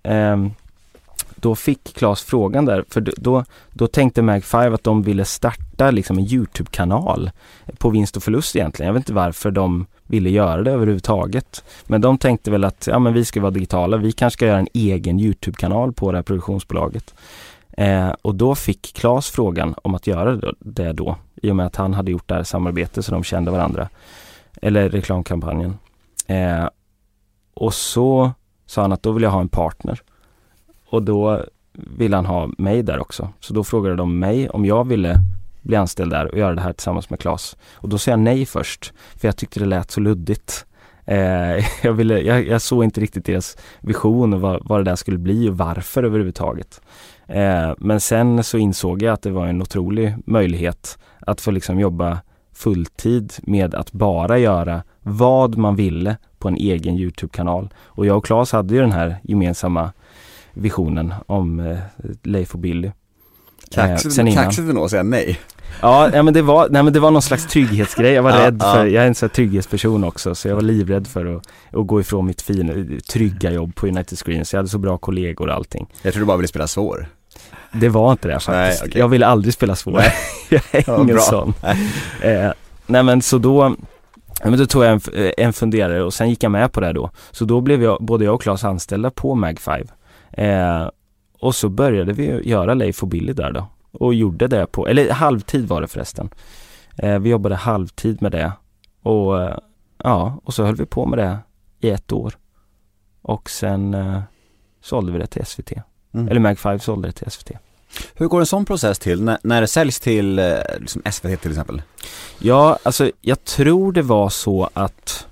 Speaker 3: då fick Claes frågan där, för då tänkte Mag5 att de ville starta liksom en YouTube-kanal på vinst och förlust egentligen. Jag vet inte varför de ville göra det överhuvudtaget. Men de tänkte väl att men vi ska vara digitala, vi kanske ska göra en egen YouTube-kanal på det här produktionsbolaget. Och då fick Claes frågan om att göra det då, i och med att han hade gjort det här samarbetet så de kände varandra. Eller reklamkampanjen. Och så sa han att då vill jag ha en partner. Och då ville han ha mig där också. Så då frågade de mig om jag ville bli anställd där och göra det här tillsammans med Claes. Och då sa jag nej först, för jag tyckte det lät så luddigt. Jag såg inte riktigt deras vision och vad det där skulle bli och varför överhuvudtaget. Men sen så insåg jag att det var en otrolig möjlighet att få liksom jobba fulltid med att bara göra vad man ville på en egen YouTube-kanal. Och jag och Claes hade ju den här gemensamma visionen om Leif och Billy.
Speaker 4: Kaxigt ändå att säga nej.
Speaker 3: Ja, men det var någon slags trygghetsgrej. Jag var rädd för, jag är en sån här trygghetsperson också, så jag var livrädd för att gå ifrån mitt trygga jobb på United Screens. Jag hade så bra kollegor och allting.
Speaker 4: Jag tror du bara ville spela svår.
Speaker 3: Det var inte det faktiskt. Nej, okay. Jag ville aldrig spela svår. Jag är ingen sån. Nej, men så då tog jag en funderare och sen gick jag med på det då. Så då blev både jag och Claes anställda på Mag5. Och så började vi göra Leif och Billy där då. Och gjorde det eller halvtid var det förresten. Vi jobbade halvtid med det. Och så höll vi på med det i 1 år. Och sen sålde vi det till SVT. Eller Mag5 sålde det till SVT.
Speaker 4: Hur går en sån process till när det säljs till liksom SVT till exempel? Ja,
Speaker 3: alltså jag tror det var så att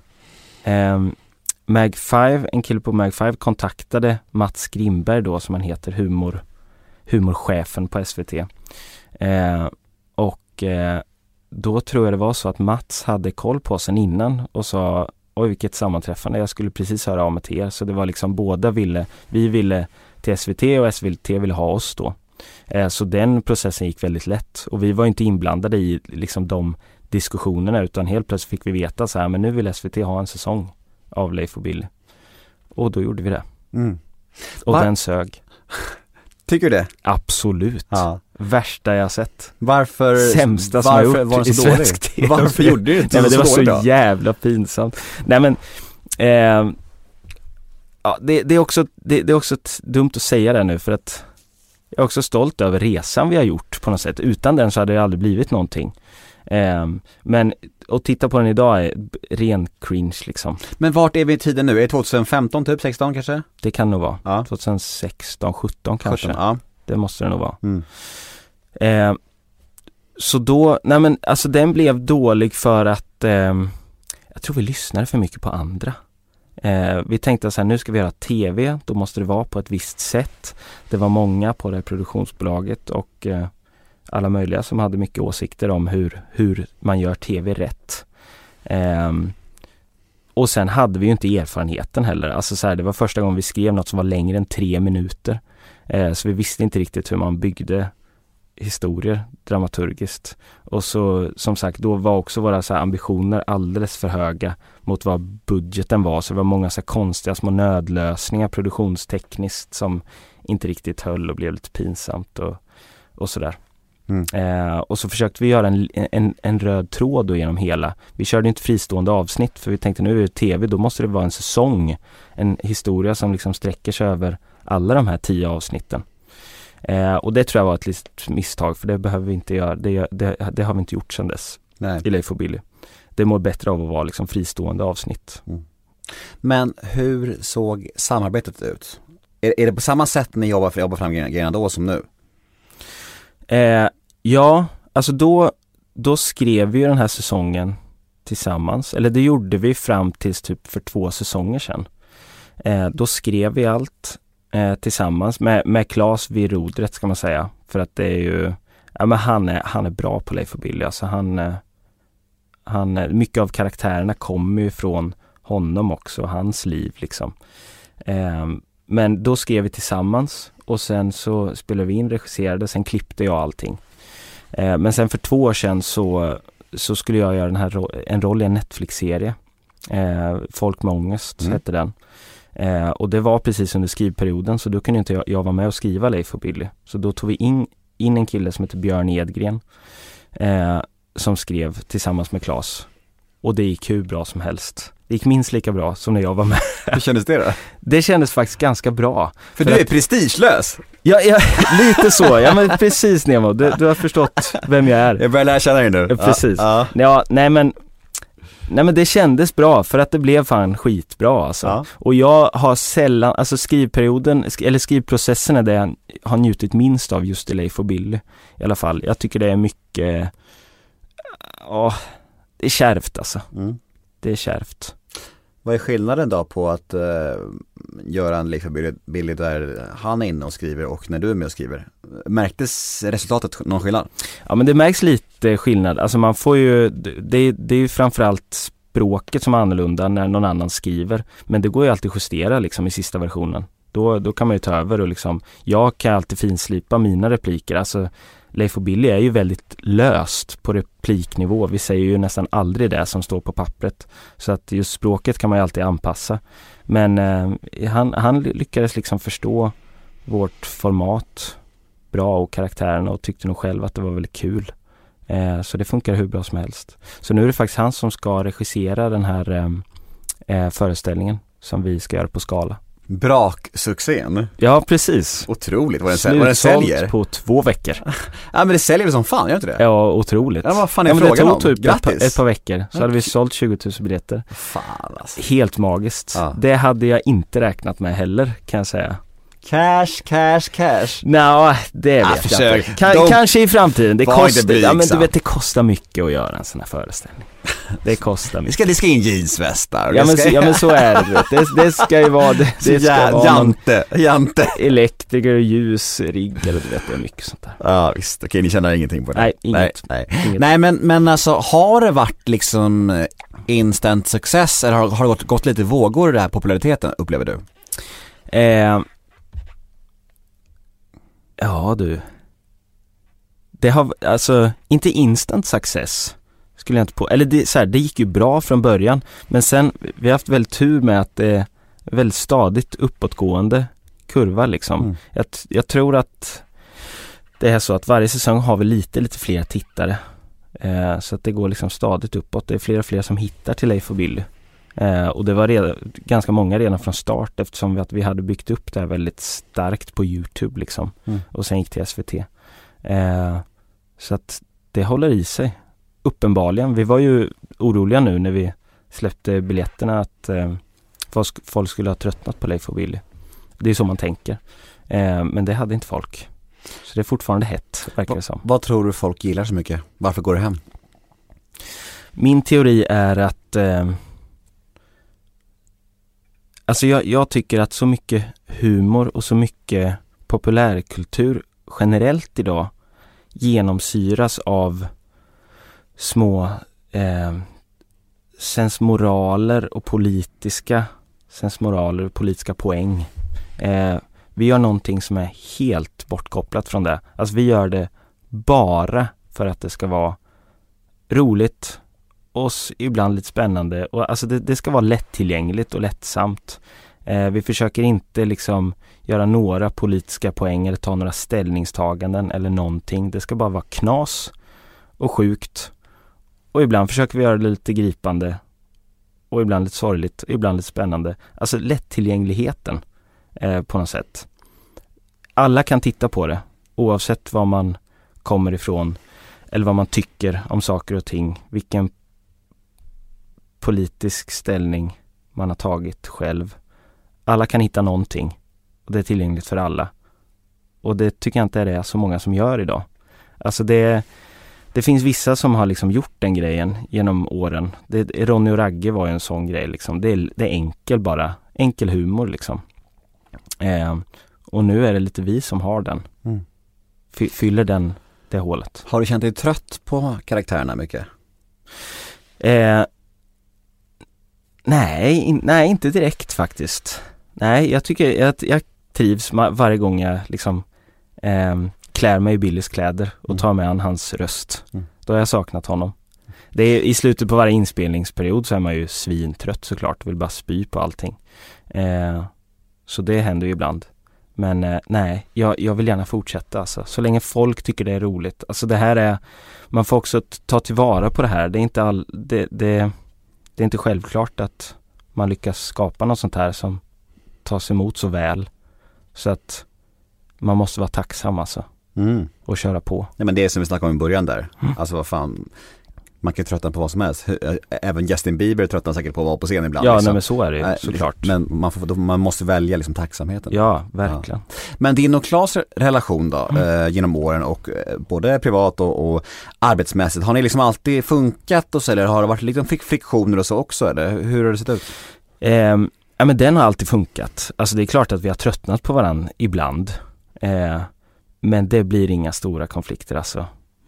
Speaker 3: Mag5, en kille på Mag5 kontaktade Mats Grimberg då, som han heter, humorchefen på SVT. Då tror jag det var så att Mats hade koll på oss sen innan och sa, oj vilket sammanträffande, jag skulle precis höra av mig till er. Så det var liksom vi ville till SVT och SVT ville ha oss då. Så den processen gick väldigt lätt och vi var inte inblandade i liksom de diskussionerna, utan helt plötsligt fick vi veta så här, men nu vill SVT ha en säsong av Leif och Billy. Och då gjorde vi det. Och den sög.
Speaker 4: Tycker du det?
Speaker 3: Absolut. Ja. Värsta jag sett.
Speaker 4: Sämsta
Speaker 3: som jag gjort
Speaker 4: var det så dåligt? Varför gjorde du inte
Speaker 3: det var så då? Jävla pinsamt. Nej men det är också dumt att säga det nu, för att jag är också stolt över resan vi har gjort på något sätt. Utan den så hade det aldrig blivit någonting. Men att titta på den idag är ren cringe liksom.
Speaker 4: Men vart är vi i tiden nu? Är det 2015 typ, 16 kanske?
Speaker 3: Det kan nog vara. 2016, 17 kanske. 17, ja. Det måste det nog vara. Så då, alltså den blev dålig för att jag tror vi lyssnade för mycket på andra. Vi tänkte så här, nu ska vi göra tv, då måste det vara på ett visst sätt. Det var många på det produktionsbolaget och alla möjliga som hade mycket åsikter om hur man gör tv rätt. Och sen hade vi ju inte erfarenheten heller. Alltså så här, det var första gången vi skrev något som var längre än 3 minuter. Så vi visste inte riktigt hur man byggde historier dramaturgiskt. Och så som sagt, då var också våra så här ambitioner alldeles för höga mot vad budgeten var. Så det var många så här konstiga små nödlösningar produktionstekniskt som inte riktigt höll och blev lite pinsamt och sådär. Och så försökte vi göra en röd tråd då genom hela. Vi körde inte fristående avsnitt, för vi tänkte nu är det tv, då måste det vara en säsong, en historia som liksom sträcker sig över alla de här 10 avsnitten. Och det tror jag var ett litet misstag, för det behöver vi inte göra. Det har vi inte gjort sedan dess. Nej. I Leif och Billy. Det mår bättre av att vara liksom fristående avsnitt.
Speaker 4: Men hur såg samarbetet ut? Är det på samma sätt ni jobbar fram grejerna då som nu?
Speaker 3: Ja, alltså då skrev vi ju den här säsongen tillsammans. Eller det gjorde vi fram tills typ för 2 säsonger sedan. Då skrev vi allt tillsammans med Claes vid rodret, ska man säga. För att det är ju, Ja, men han är bra på Leif och Billy. Alltså han mycket av karaktärerna kommer ju från honom också, hans liv liksom. Men då skrev vi tillsammans och sen så spelade vi in, regisserade, sen klippte jag allting. Men sen för 2 år sedan så skulle jag göra en roll i en Netflix-serie. Folk med ångest hette den. Och det var precis under skrivperioden, så då kunde inte jag vara med och skriva Leif och Billy. Så då tog vi in en kille som heter Björn Edgren som skrev tillsammans med Claes. Och det gick hur bra som helst. Det gick minst lika bra som när jag var med.
Speaker 4: Hur kändes det då?
Speaker 3: Det kändes faktiskt ganska bra.
Speaker 4: För du är prestigelös.
Speaker 3: Ja, lite så. Ja, men precis Nemo. Du har förstått vem jag är.
Speaker 4: Jag börjar lära känna dig nu.
Speaker 3: Ja, precis. Ja, nej men det kändes bra för att det blev fan skitbra alltså. Ja. Och jag har sällan, alltså skrivperioden eller skrivprocessen är det jag har njutit minst av just i Leif och Billy i alla fall. Jag tycker det är mycket det är kärvt alltså. Det är kärvt.
Speaker 4: Vad är skillnaden då på att göra en Leif och Billy där han är inne och skriver och när du är med och skriver? Märktes resultatet någon skillnad? Ja, men det märks lite skillnad. Alltså man får ju, det är ju framförallt språket som är annorlunda när någon annan skriver. Men det går ju alltid justera liksom i sista versionen. Då kan man ju ta över och liksom, jag kan alltid finslipa mina repliker. Alltså Leif och Billy är ju väldigt löst på repliknivå. Vi säger ju nästan aldrig det som står på pappret. Så att just språket kan man ju alltid anpassa. Men han lyckades liksom förstå vårt format bra och karaktärerna och tyckte nog själv att det var väldigt kul. Så det funkar hur bra som helst. Så nu är det faktiskt han som ska regissera den här föreställningen som vi ska göra på Skala. Braksuccén. Ja, precis. Otroligt. Vad den säljer på 2 veckor. Ja, men det säljer väl som fan, gör inte det? Ja, otroligt. Ja, vad fan är frågan om? Typ ett par veckor så hade vi sålt 20 000 biljetter. Fan alltså. Helt magiskt. Ja. Det hade jag inte räknat med heller, kan jag säga. Cash. Nej, det vet jag inte. Kanske i framtiden. Det kostar, men du vet, det kostar mycket att göra en sån här föreställning. Det kostar mycket. Det ska in jeansvästar. Ja, men så är det. Det ska ju vara det ska vara jante. Elektriker och ljusriggar och du vet, det är mycket sånt där. Ja, visst. Okej, ni känner ingenting på det. Nej, inget. Nej, men alltså, har det varit liksom instant success eller har det gått lite vågor i den här populariteten, upplever du? Ja, du. Det har alltså inte instant success. Skulle jag inte på. Eller det gick ju bra från början, men sen vi har haft väldigt tur med att det är väldigt stadigt uppåtgående kurva liksom. Jag tror att det är så att varje säsong har vi lite fler tittare. Så att det går liksom stadigt uppåt. Det är fler och fler som hittar till Leif och Billy. Och det var ganska många redan från start eftersom vi hade byggt upp det här väldigt starkt på YouTube liksom. Och sen gick till SVT. Så att det håller i sig. Uppenbarligen. Vi var ju oroliga nu när vi släppte biljetterna att folk skulle ha tröttnat på Leif och Billy. Det är så man tänker. Men det hade inte folk. Så det är fortfarande hett, verkar det som. Vad tror du folk gillar så mycket? Varför går det hem? Min teori är att alltså jag tycker att så mycket humor och så mycket populärkultur generellt idag genomsyras av små sensmoraler och politiska poäng. Vi gör någonting som är helt bortkopplat från det. Alltså vi gör det bara för att det ska vara roligt och ibland lite spännande. Och alltså det ska vara lättillgängligt och lättsamt. Vi försöker inte liksom göra några politiska poäng eller ta några ställningstaganden eller någonting. Det ska bara vara knas och sjukt. Och ibland försöker vi göra det lite gripande och ibland lite sorgligt och ibland lite spännande. Alltså lättillgängligheten på något sätt. Alla kan titta på det oavsett var man kommer ifrån eller vad man tycker om saker och ting. Vilken politisk ställning man har tagit själv. Alla kan hitta någonting och det är tillgängligt för alla. Och det tycker jag inte är det så många som gör idag. Alltså det finns vissa som har liksom gjort den grejen genom åren. Ronny och Ragge var ju en sån grej liksom. Det är enkel humor liksom. Och nu är det lite vi som har den. Fyller den
Speaker 3: det hålet.
Speaker 4: Har du känt dig trött på karaktärerna mycket?
Speaker 3: Nej, inte direkt faktiskt. Nej, jag tycker att jag trivs varje gång jag liksom klär mig i Billys kläder och tar med hans röst. Då har jag saknat honom. Det är, i slutet på varje inspelningsperiod så är man ju svintrött såklart. Vill bara spy på allting. Så det händer ju ibland. Men nej, jag vill gärna fortsätta alltså. Så länge folk tycker det är roligt. Alltså det här är, man får också ta tillvara på det här. Det är inte det är inte självklart att man lyckas skapa något sånt här som tas emot så väl. Så att man måste vara tacksam alltså. Och köra på.
Speaker 4: Nej, men det är som vi snackade om i början där. Alltså vad fan, man kan tröttna på vad som helst. Även Justin Bieber tröttnar säkert på att vara på scen ibland.
Speaker 3: Ja,
Speaker 4: liksom.
Speaker 3: nej, men så är det ju, såklart.
Speaker 4: Men man måste välja liksom tacksamheten.
Speaker 3: Ja, verkligen.
Speaker 4: Ja. Men din och Claes relation då, genom åren och både privat och arbetsmässigt, har ni liksom alltid funkat och så, eller har det varit liksom friktioner och så också, eller hur har det sett ut?
Speaker 3: Ja, men den har alltid funkat. Alltså det är klart att vi har tröttnat på varandra ibland. Men det blir inga stora konflikter alltså.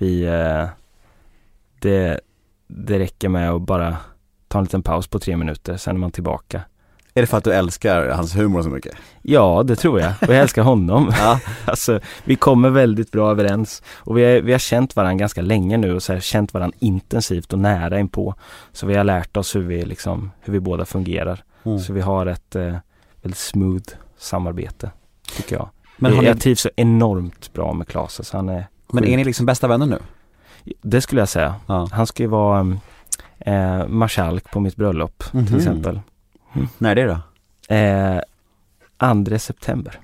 Speaker 3: Det räcker med att bara ta en liten paus på 3 minuter, sen är man tillbaka.
Speaker 4: Är det för att du älskar hans humor så mycket?
Speaker 3: Ja, det tror jag. Och jag älskar honom.
Speaker 4: Ja.
Speaker 3: Alltså, vi kommer väldigt bra överens. Och vi har känt varandra ganska länge nu och så här, känt varandra intensivt och nära inpå. Så vi har lärt oss hur vi båda fungerar. Så vi har ett väldigt smooth samarbete, tycker jag. Men jag trivs så enormt bra med Claes. Alltså
Speaker 4: men är ni liksom bästa vänner nu?
Speaker 3: Det skulle jag säga. Ja. Han ska ju vara marskalk på mitt bröllop till exempel.
Speaker 4: När är det då?
Speaker 3: 2 september.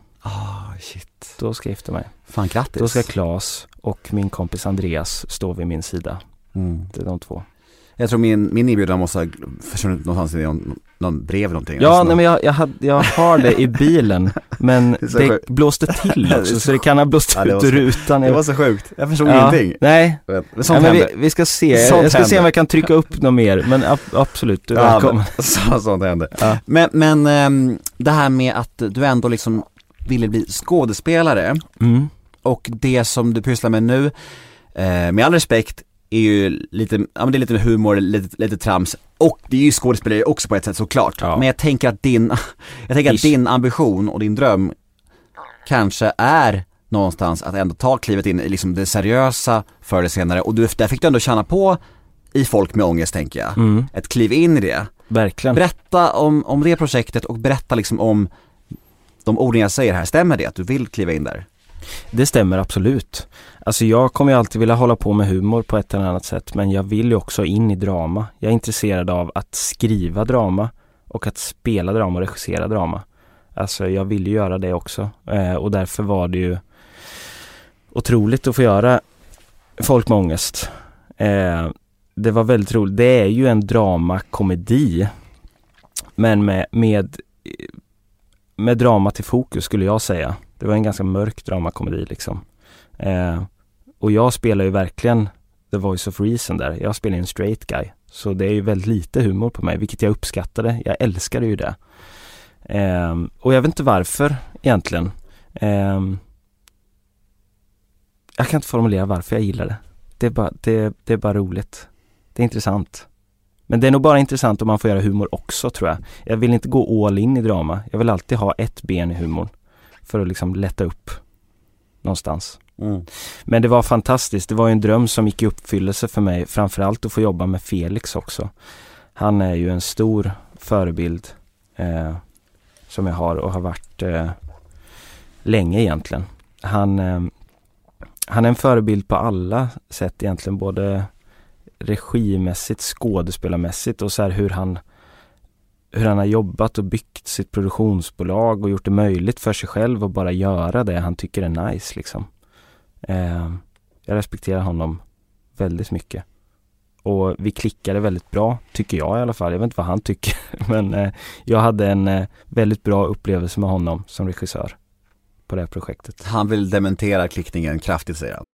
Speaker 4: Shit.
Speaker 3: Då ska jag gifta mig.
Speaker 4: Fan, grattis.
Speaker 3: Då ska Claes och min kompis Andreas stå vid min sida. Det är de 2.
Speaker 4: Jag tror min inbjudan måste ha försvunnit någonstans i någon brev eller någonting.
Speaker 3: Ja, nej, men jag har det i bilen, men det blåste till också, så det kan ha blåst ut ur rutan.
Speaker 4: Det var så sjukt. Jag förstod ingenting.
Speaker 3: Nej, men vi ska se. Jag ska se om jag kan trycka upp något mer, men absolut, du är välkommen.
Speaker 4: Sånt hände. Ja. Men det här med att du ändå liksom ville bli skådespelare och det som du pysslar med nu, med all respekt, är ju lite, ja, men det är lite humor, lite trams, och det är ju skådespelare också på ett sätt såklart. Ja. Men jag tänker att din ambition och din dröm kanske är någonstans att ändå ta klivet in i liksom det seriösa förr eller senare, och där fick du ändå känna på i Folk med ångest, tänker jag. Ett kliv in i det.
Speaker 3: Verkligen.
Speaker 4: Berätta om det projektet och berätta liksom om de orden jag säger här. Stämmer det att du vill kliva in där?
Speaker 3: Det stämmer absolut. Alltså jag kommer ju alltid vilja hålla på med humor på ett eller annat sätt, men jag vill ju också in i drama. Jag är intresserad av att skriva drama och att spela drama och regissera drama. Alltså jag vill ju göra det också, och därför var det ju otroligt att få göra Folk med ångest. Det var väldigt roligt. Det är ju en dramakomedi, men med drama till fokus, skulle jag säga. Det var en ganska mörk dramakomedi liksom. Och jag spelar ju verkligen the voice of reason där. Jag spelar en straight guy. Så det är ju väldigt lite humor på mig, vilket jag uppskattade. Jag älskade ju det. Och jag vet inte varför egentligen. Jag kan inte formulera varför jag gillar det. Det är bara roligt. Det är intressant. Men det är nog bara intressant om man får göra humor också, tror jag. Jag vill inte gå all in i drama. Jag vill alltid ha ett ben i humorn för att liksom lätta upp någonstans. Men det var fantastiskt. Det var ju en dröm som gick i uppfyllelse för mig. Framförallt att få jobba med Felix också. Han är ju en stor förebild som jag har och har varit länge egentligen. Han är en förebild på alla sätt egentligen, både regimässigt, skådespelarmässigt och så här hur han har jobbat och byggt sitt produktionsbolag och gjort det möjligt för sig själv att bara göra det han tycker är nice liksom. Jag respekterar honom väldigt mycket. Och vi klickade väldigt bra, tycker jag i alla fall. Jag vet inte vad han tycker, men jag hade en väldigt bra upplevelse med honom som regissör på det här projektet.
Speaker 4: Han vill dementera klickningen kraftigt, säger han.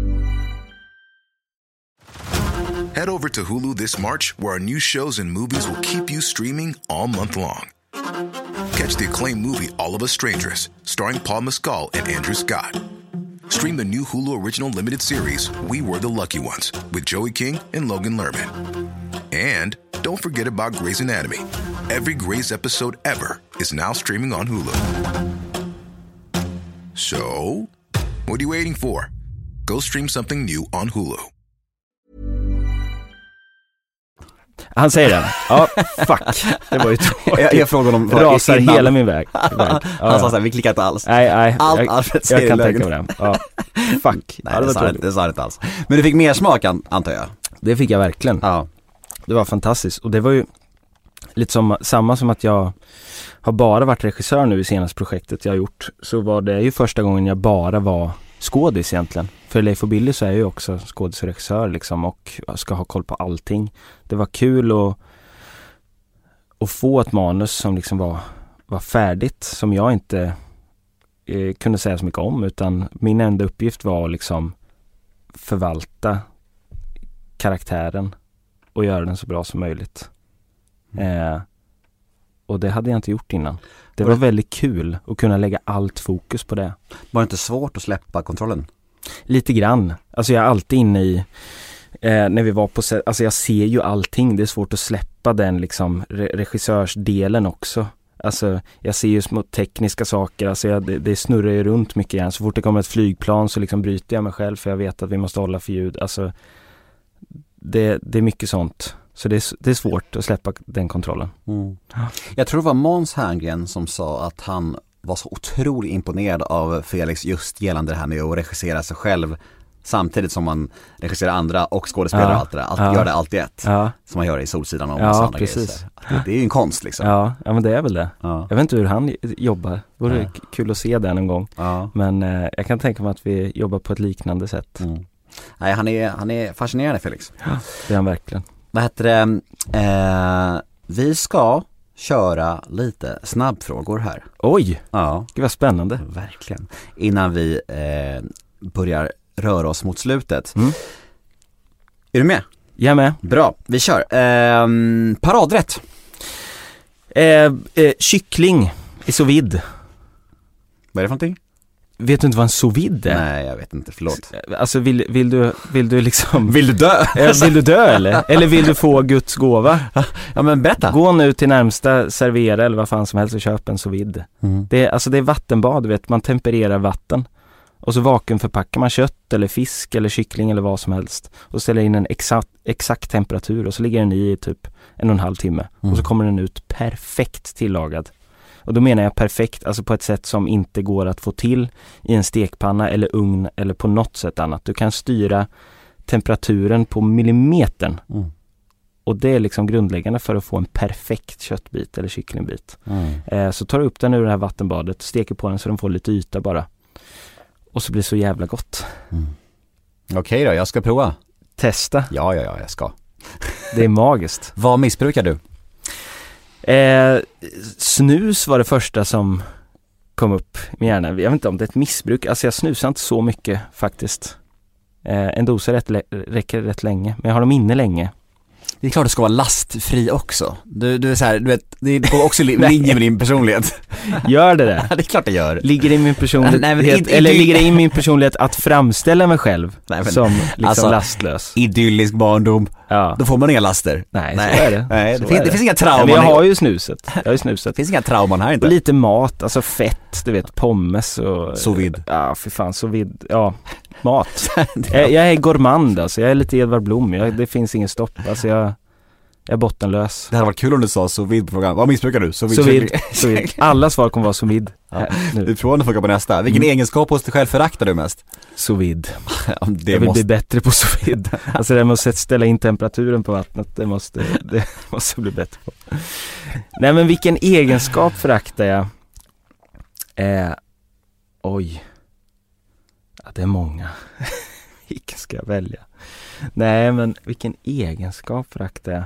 Speaker 8: Head over to Hulu this March, where our new shows and movies will keep you streaming all month long. Catch the acclaimed movie All of Us Strangers, starring Paul Mescal and Andrew Scott. Stream the new Hulu Original Limited series, We Were the Lucky Ones, with Joey King and Logan Lerman. And don't forget about Grey's Anatomy. Every Grey's episode ever is now streaming on Hulu. So, what are you waiting for? Go stream something new on Hulu.
Speaker 3: Han säger det. Ja, fuck. Det var ju tråkigt.
Speaker 4: Jag frågade om
Speaker 3: rasar
Speaker 4: innan.
Speaker 3: hela min väg.
Speaker 4: Han sa såhär, vi klickar inte alls.
Speaker 3: Nej.
Speaker 4: Alfred säger
Speaker 3: jag kan
Speaker 4: lögn.
Speaker 3: tänka mig det. Ja. Fuck.
Speaker 4: Nej, det sa det inte alls. Men du fick mer smak antar jag.
Speaker 3: Det fick jag verkligen.
Speaker 4: Ja.
Speaker 3: Det var fantastiskt. Och det var ju lite samma som att jag har bara varit regissör nu i senaste projektet jag har gjort. Så var det ju första gången jag bara var skådis egentligen. För Leif och Billy så är jag ju också skådis och regissör liksom, och ska ha koll på allting. Det var kul att få ett manus som liksom var färdigt, som jag inte kunde säga så mycket om, utan min enda uppgift var att liksom förvalta karaktären och göra den så bra som möjligt. Och det hade jag inte gjort innan. Det var väldigt kul att kunna lägga allt fokus på det.
Speaker 4: Var det inte svårt att släppa kontrollen?
Speaker 3: Lite grann. Alltså jag är alltid inne i när vi var på set, alltså jag ser ju allting. Det är svårt att släppa den liksom regissörsdelen också. Alltså jag ser ju små tekniska saker. Alltså det snurrar ju runt mycket igen. Så fort det kommer ett flygplan så liksom bryter jag mig själv, för jag vet att vi måste hålla för ljud. Alltså det är mycket sånt. Så det är svårt att släppa den kontrollen.
Speaker 4: Jag tror det var Måns Herngren som sa att han var så otroligt imponerad av Felix just gällande det här med att regissera sig själv samtidigt som man regisserar andra och skådespelar och allt det där. Gör det allt i ett. Som man gör i Solsidan och massa andra
Speaker 3: precis.
Speaker 4: grejer. Det är ju en konst liksom.
Speaker 3: Ja, men det är väl det. Jag vet inte hur han jobbar. Det vore kul att se det någon gång. Men jag kan tänka mig att vi jobbar på ett liknande sätt.
Speaker 4: Nej, han är fascinerande, Felix.
Speaker 3: Ja, det är han verkligen.
Speaker 4: Vad heter det? Vi ska köra lite snabbfrågor här.
Speaker 3: Oj!
Speaker 4: Ja.
Speaker 3: Det var spännande.
Speaker 4: Verkligen. Innan vi börjar röra oss mot slutet. Är du med?
Speaker 3: Jag är med.
Speaker 4: Bra, vi kör. Paradrätt.
Speaker 3: Kyckling i sous vide.
Speaker 4: Vad är det för någonting?
Speaker 3: Vet du inte vad en sous vide är?
Speaker 4: Nej, jag vet inte, förlåt.
Speaker 3: Alltså vill du liksom...
Speaker 4: Vill du dö?
Speaker 3: Vill du dö eller? Eller vill du få Guds gåva?
Speaker 4: Ja, men berätta.
Speaker 3: Gå nu till närmsta servera eller vad fan som helst och köp en sous vide. Det är vattenbad, vet man tempererar vatten. Och så vakuumförpackar man kött eller fisk eller kyckling eller vad som helst. Och ställer in en exakt temperatur och så ligger den i typ 1,5 timme. Och så kommer den ut perfekt tillagad. Och då menar jag perfekt, alltså på ett sätt som inte går att få till i en stekpanna eller ugn eller på något sätt annat. Du kan styra temperaturen på millimetern. Och det är liksom grundläggande för att få en perfekt köttbit eller kycklingbit. Så tar du upp den ur det här vattenbadet, steker på den så den får lite yta bara. Och så blir det så jävla gott.
Speaker 4: Okej då, jag ska prova.
Speaker 3: Testa.
Speaker 4: Ja, jag ska.
Speaker 3: Det är magiskt.
Speaker 4: Vad missbrukar du?
Speaker 3: Snus var det första som kom upp med hjärnan. Jag vet inte om det är ett missbruk. Alltså jag snusar inte så mycket faktiskt. En dosa räcker rätt länge. Men jag har dem inne länge.
Speaker 4: Det är klart det ska vara lastfri också. Du är så här, du vet, det går också linje med din personlighet.
Speaker 3: Gör det?
Speaker 4: Det är klart det gör.
Speaker 3: Ligger det i min personlighet eller ligger det i min personlighet att framställa mig själv som liksom alltså, lastlös?
Speaker 4: Idyllisk barndom. Ja. Då får man inga laster.
Speaker 3: Nej, så är det.
Speaker 4: Nej, det finns inga trauman.
Speaker 3: Men jag har ju snuset. Det
Speaker 4: finns inga trauman här inte.
Speaker 3: Och lite mat, alltså fett, du vet, pommes och
Speaker 4: sous vide.
Speaker 3: Ja, för fan, sous vide. Ja, mat. jag är gourmand alltså. Jag är lite Edvard Blom. Det finns ingen stopp. Alltså jag är bottenlös.
Speaker 4: Det hade varit kul om du sa sous vide på frågan. Vad missbrukar du?
Speaker 3: Sous vide. Alla svar kommer vara sous vide.
Speaker 4: Ja. Du får fråga på nästa. Vilken egenskap hos dig själv föraktar du mest?
Speaker 3: Sous vide. Jag vill bli bättre på sous vide. Alltså det måste ställa in temperaturen på vattnet. Det måste bli bättre på. Nej, men vilken egenskap föraktar jag? Oj. Ja, det är många. Vilken ska jag välja? Nej, men vilken egenskap föraktar jag?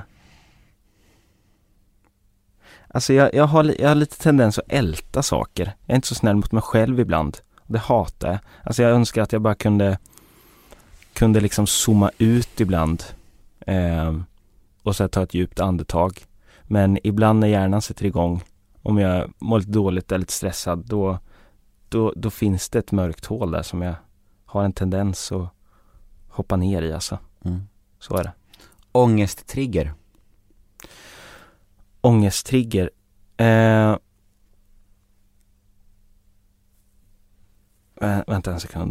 Speaker 3: Alltså jag har lite tendens att älta saker. Jag är inte så snäll mot mig själv ibland. Det hatar jag. Alltså jag önskar att jag bara kunde liksom zooma ut ibland. Och så ta ett djupt andetag. Men ibland när hjärnan sätter igång, om jag mår lite dåligt eller lite stressad, då finns det ett mörkt hål där som har en tendens att hoppa ner i alltså. Så är det.
Speaker 4: Ångesttrigger.
Speaker 3: Ångesttrigger. Vänta en sekund.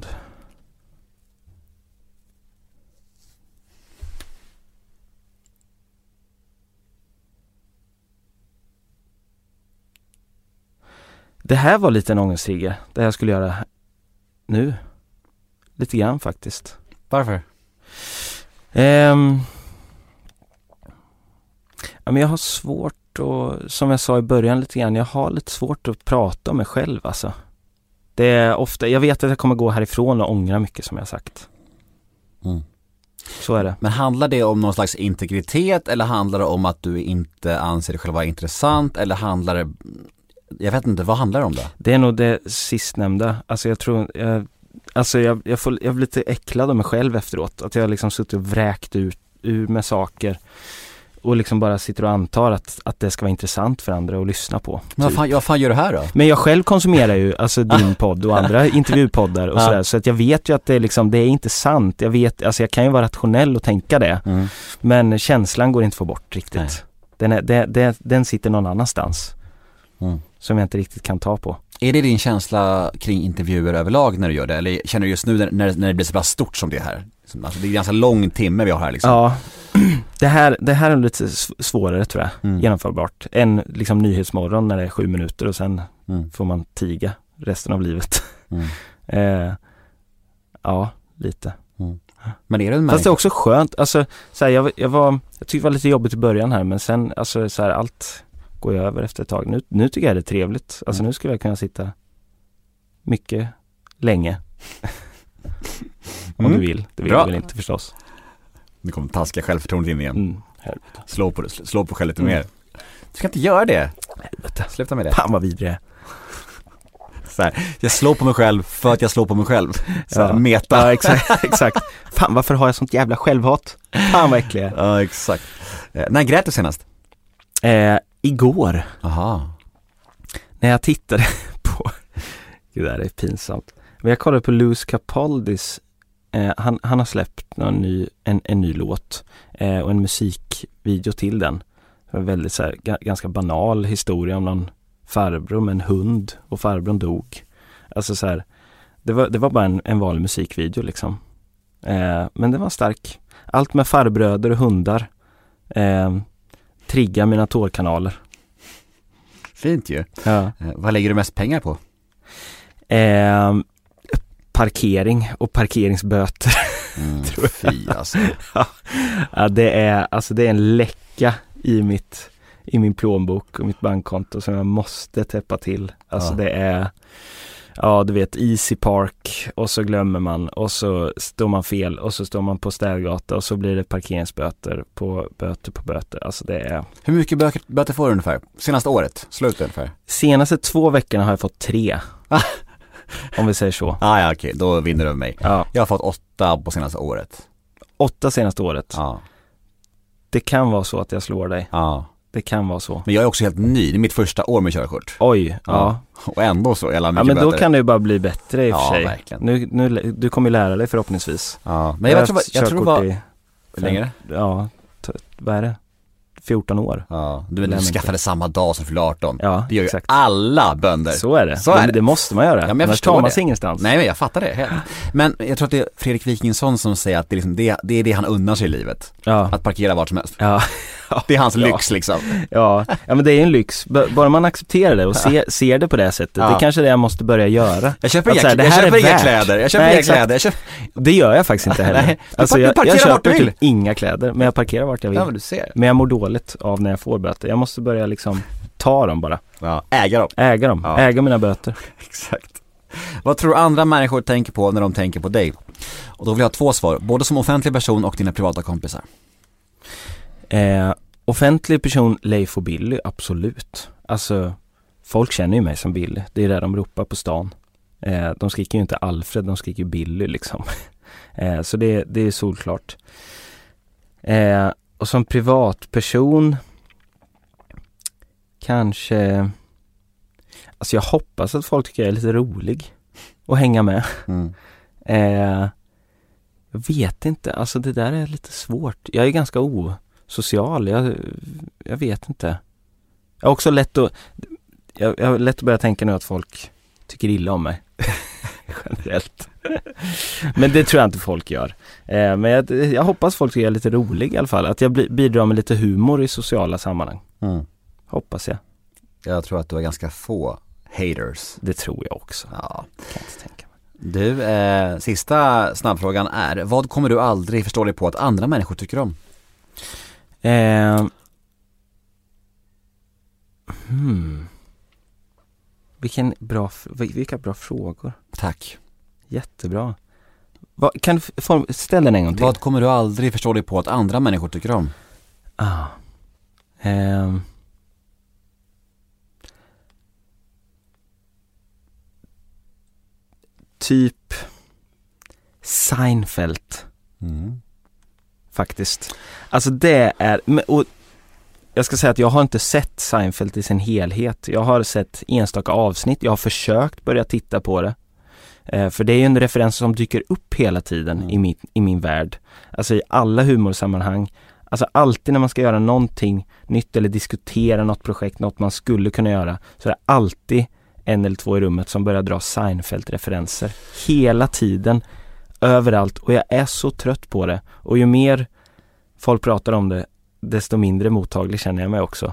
Speaker 3: Det här var lite en ångesttrigger. Det jag skulle göra nu. Lite grann faktiskt.
Speaker 4: Varför?
Speaker 3: Men jag har svårt att, som jag sa i början lite grann, jag har lite svårt att prata om mig själv alltså. Det är ofta, jag vet att jag kommer gå härifrån och ångra mycket som jag sagt. Så är det.
Speaker 4: Men handlar det om någon slags integritet eller handlar det om att du inte anser dig själv vara intressant eller handlar det, jag vet inte, vad handlar det om då?
Speaker 3: Det är nog det sistnämnda. Alltså jag tror, jag blir lite äcklad av mig själv efteråt. Att jag liksom suttit och vräkt ur med saker och liksom bara sitter och antar att det ska vara intressant för andra att lyssna på.
Speaker 4: Men vad fan gör du här då?
Speaker 3: Men jag själv konsumerar ju alltså din podd och andra intervjupoddar och sådär, så att jag vet ju att det är liksom, det är inte sant. Jag vet, alltså jag kan ju vara rationell och tänka det. Men känslan går inte att få bort riktigt. Den sitter någon annanstans. Som jag inte riktigt kan ta på.
Speaker 4: Är det din känsla kring intervjuer överlag när du gör det? Eller känner du just nu när det blir så bra stort som det här? Alltså det är en ganska lång timme vi har här liksom.
Speaker 3: Ja, det här är lite svårare tror jag. Genomförbart. En liksom nyhetsmorgon när det är 7 minuter och sen får man tiga resten av livet. Ja, lite.
Speaker 4: Men är det en
Speaker 3: fast det är också skönt. Alltså, så här, jag tyckte det var lite jobbigt i början här, men sen alltså, så här, allt går jag över efter ett tag. Nu tycker jag det är trevligt. Alltså nu skulle jag kunna sitta mycket länge. Om du vill. Det vill jag väl inte förstås.
Speaker 4: Nu kommer taskiga självförtroendet in igen.
Speaker 3: Helvete.
Speaker 4: Slå på själv lite mer. Du ska inte göra det.
Speaker 3: Helvete.
Speaker 4: Sluta med det.
Speaker 3: Fan vad vidrig är.
Speaker 4: Så här, jag slår på mig själv för att jag slår på mig själv. Så här, meta.
Speaker 3: Ja, exakt. Fan, varför har jag sånt jävla självhat? Fan vad äcklig.
Speaker 4: Ja, exakt. När grät du senast?
Speaker 3: Igår.
Speaker 4: Aha.
Speaker 3: När jag tittade på... Gud, det här är pinsamt. Men jag kollade på Luz Capaldis. Han har släppt en ny låt. Och en musikvideo till den. Det var väldigt så här, ganska banal historia om någon farbror med en hund. Och farbrorn dog. Alltså så här... Det var bara en vanlig musikvideo liksom. Men det var stark. Allt med farbröder och hundar. Trigga mina tårkanaler.
Speaker 4: Fint ju.
Speaker 3: Ja.
Speaker 4: Vad lägger du mest pengar på?
Speaker 3: Parkering och parkeringsböter.
Speaker 4: Fy alltså.
Speaker 3: Ja, det är en läcka i min plånbok och mitt bankkonto som jag måste täppa till. Alltså det är, ja du vet, Easy Park och så glömmer man och så står man fel och så står man på städgata och så blir det parkeringsböter på böter. Alltså det är...
Speaker 4: Hur mycket böter får du ungefär? Senaste året? Slut ungefär?
Speaker 3: Senaste 2 veckorna har jag fått 3. Om vi säger så.
Speaker 4: Ja, okej. Då vinner du över mig.
Speaker 3: Ja.
Speaker 4: Jag har fått 8 på senaste året.
Speaker 3: 8 senaste året?
Speaker 4: Ja.
Speaker 3: Det kan vara så att jag slår dig.
Speaker 4: Ja.
Speaker 3: Det kan vara så.
Speaker 4: Men jag är också helt ny. Det är mitt första år med körkort.
Speaker 3: Oj, ja.
Speaker 4: Och ändå så jävla mycket
Speaker 3: men
Speaker 4: bättre.
Speaker 3: då kan det ju bara bli bättre i och för sig.
Speaker 4: Verkligen.
Speaker 3: Nu, du kommer ju lära dig förhoppningsvis.
Speaker 4: Ja, men jag tror det var... Hur länge är det?
Speaker 3: Ja, vad är det? 14 år.
Speaker 4: Ja, du skaffade samma dag som fyllde 18.
Speaker 3: Ja,
Speaker 4: det gör
Speaker 3: exakt.
Speaker 4: ju alla bönder.
Speaker 3: Så är det. Det måste man göra.
Speaker 4: Ja, men jag
Speaker 3: förstår tar man sig ingenstans.
Speaker 4: Nej, men jag fattar det helt. Men jag tror att det är Fredrik Wikingsson som säger att det är, liksom det är det han unnar sig i livet.
Speaker 3: Ja.
Speaker 4: Att parkera vart som helst.
Speaker 3: Ja.
Speaker 4: Det är hans lyx liksom.
Speaker 3: Ja, men det är en lyx. Bara man accepterar det och ser det på det sättet. Det är kanske det jag måste börja göra.
Speaker 4: Jag köper inga kläder.
Speaker 3: Det gör jag faktiskt inte heller.
Speaker 4: Nej,
Speaker 3: alltså,
Speaker 4: jag köper
Speaker 3: typ inga kläder, men jag parkerar vart jag vill.
Speaker 4: Ja, men du ser.
Speaker 3: Men jag mår dåligt av när jag får böter. Jag måste börja liksom ta dem bara.
Speaker 4: Ja, äga dem. Ja.
Speaker 3: Äga mina böter.
Speaker 4: Exakt. Vad tror andra människor tänker på när de tänker på dig? Och då vill jag ha 2 svar, både som offentlig person och dina privata kompisar.
Speaker 3: Offentlig person, Leif och Billy, absolut. Alltså, folk känner ju mig som Billy. Det är där de ropar på stan. De skriker ju inte Alfred, de skriker Billy liksom. Så det är solklart. Och som privatperson kanske... Alltså jag hoppas att folk tycker jag är lite rolig och hänga med. Jag vet inte, alltså det där är lite svårt. Jag är ganska osocial, jag vet inte. Jag har också lätt att börja tänka nu att folk tycker illa om mig. Generellt. Men det tror jag inte folk gör. Men jag hoppas folk tycker jag är lite rolig i alla fall. Att jag bidrar med lite humor i sociala sammanhang. Hoppas jag.
Speaker 4: Jag tror att du har ganska få haters.
Speaker 3: Det tror jag också.
Speaker 4: Ja.
Speaker 3: Kan inte tänka mig.
Speaker 4: Du, sista snabbfrågan är: vad kommer du aldrig förstå dig på att andra människor tycker om? Vilka bra frågor. Tack. Jättebra. Kan du ställa den en gång till? Vad kommer du aldrig förstå dig på att andra människor tycker om?
Speaker 3: Typ Seinfeld. Faktiskt. Alltså det är, och jag ska säga att jag har inte sett Seinfeld i sin helhet. Jag har sett enstaka avsnitt. Jag har försökt börja titta på det. För det är ju en referens som dyker upp hela tiden i min värld. Alltså i alla humorsammanhang. Alltså alltid när man ska göra någonting nytt eller diskutera något projekt, något man skulle kunna göra, så är det alltid en eller två i rummet som börjar dra Seinfeld-referenser. Hela tiden, överallt. Och jag är så trött på det. Och ju mer folk pratar om det, desto mindre mottaglig känner jag mig också.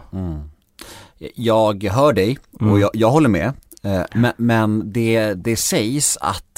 Speaker 4: Jag hör dig och jag håller med. Men det sägs att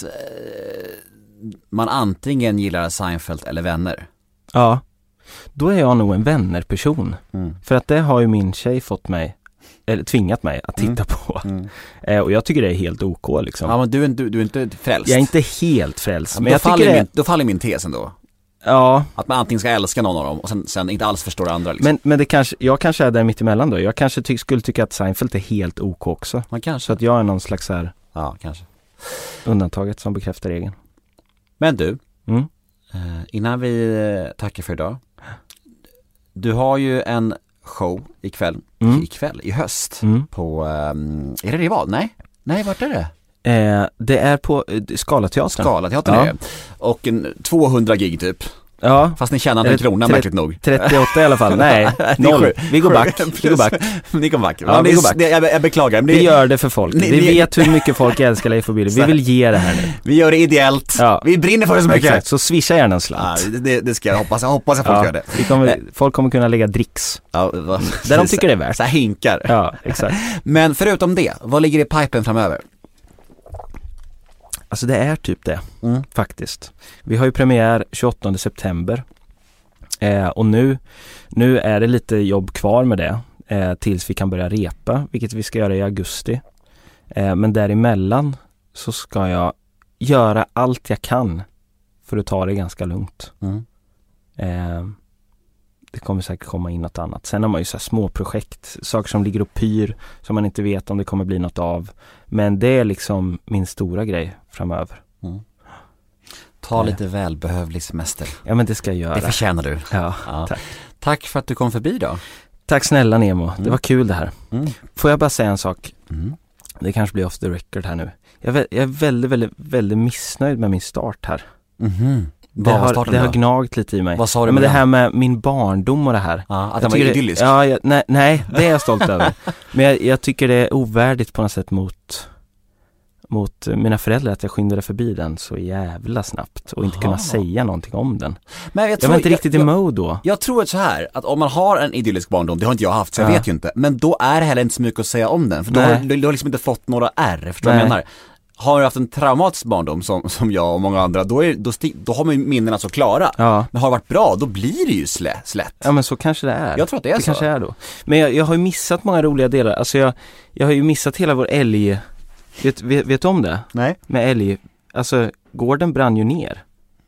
Speaker 4: man antingen gillar Seinfeld eller Vänner.
Speaker 3: Ja, då är jag nog en Vänner-person. För att det har ju min tjej fått mig, eller tvingat mig att titta på. Och jag tycker det är helt OK liksom.
Speaker 4: Ja, men du är inte frälst.
Speaker 3: Jag är inte helt frälst. Men
Speaker 4: då faller min tes ändå.
Speaker 3: Ja.
Speaker 4: Att man antingen ska älska någon av dem och sen inte alls förstår andra liksom.
Speaker 3: Men det jag kanske är där mitt emellan då. Jag kanske skulle tycka att Seinfeld är helt OK också.
Speaker 4: Man kanske.
Speaker 3: Så att jag är någon slags här,
Speaker 4: kanske
Speaker 3: undantaget som bekräftar regeln.
Speaker 4: Men du, innan vi tackar för idag. Du har ju en show i höst på, är det Rival? Nej, vart är det?
Speaker 3: Det är på Scalateatern.
Speaker 4: Är det. Och 200 gig typ.
Speaker 3: Ja.
Speaker 4: Fast ni tjänar en krona märkligt nog.
Speaker 3: 38 i alla fall. Nej, 0. Vi går back.
Speaker 4: Ni går back.
Speaker 3: Ja, vi går back.
Speaker 4: Jag beklagar. Men
Speaker 3: vi gör det för folk. Vi vet hur mycket folk älskar Leif och Billy. Vi vill ge det här nu.
Speaker 4: Vi gör det ideellt. Ja. Vi brinner för det så mycket.
Speaker 3: Exakt. Så swisha gärna en slant.
Speaker 4: Ja, det ska jag hoppas. Jag hoppas att folk gör det.
Speaker 3: Folk kommer kunna lägga dricks. Ja, där de tycker det är värt.
Speaker 4: Så här hinkar.
Speaker 3: Ja, exakt.
Speaker 4: Men förutom det, vad ligger i pipen framöver?
Speaker 3: Alltså det är typ det, faktiskt. Vi har ju premiär 28 september. Och nu är det lite jobb kvar med det. Tills vi kan börja repa, vilket vi ska göra i augusti. Men däremellan så ska jag göra allt jag kan för att ta det ganska lugnt. Det kommer säkert komma in något annat. Sen har man ju så här små projekt, saker som ligger och pyr, som man inte vet om det kommer bli något av. Men det är liksom min stora grej framöver.
Speaker 4: Ta lite välbehövlig semester.
Speaker 3: Ja, men det ska jag göra.
Speaker 4: Det förtjänar du.
Speaker 3: Ja.
Speaker 4: Tack för att du kom förbi då.
Speaker 3: Tack snälla Nemo, det var kul det här. Får jag bara säga en sak? Det kanske blir off the record här nu. Jag är väldigt, väldigt, väldigt missnöjd med min start här. Det har gnagt lite i mig.
Speaker 4: Vad sa du?
Speaker 3: Men det här med min barndom och det här.
Speaker 4: Att den var idyllisk.
Speaker 3: Nej, det är jag stolt över. Men jag tycker det är ovärdigt på något sätt mot mina föräldrar att jag skyndade förbi den så jävla snabbt och inte kunna säga någonting om den. Men jag var inte riktigt i mode då.
Speaker 4: Jag tror att så här, att om man har en idyllisk barndom, det har inte jag haft så jag vet ju inte, men då är det heller inte så mycket att säga om den. För du har liksom inte fått några ärr, förstår du vad jag menar? Har du haft en traumatisk barndom som jag och många andra, då har man ju minnena så klara. Men har det varit bra, då blir det ju slätt.
Speaker 3: Ja, men så kanske det är.
Speaker 4: Jag tror att det är så.
Speaker 3: Kanske är då. Men jag har ju missat många roliga delar. Alltså jag har ju missat hela vår älg. Vet du om det?
Speaker 4: Nej.
Speaker 3: Med älg. Alltså gården brann ju ner.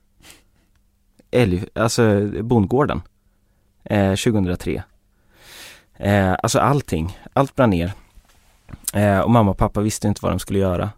Speaker 3: Alltså bondgården. 2003. Alltså allt brann ner. Och mamma och pappa visste inte vad de skulle göra.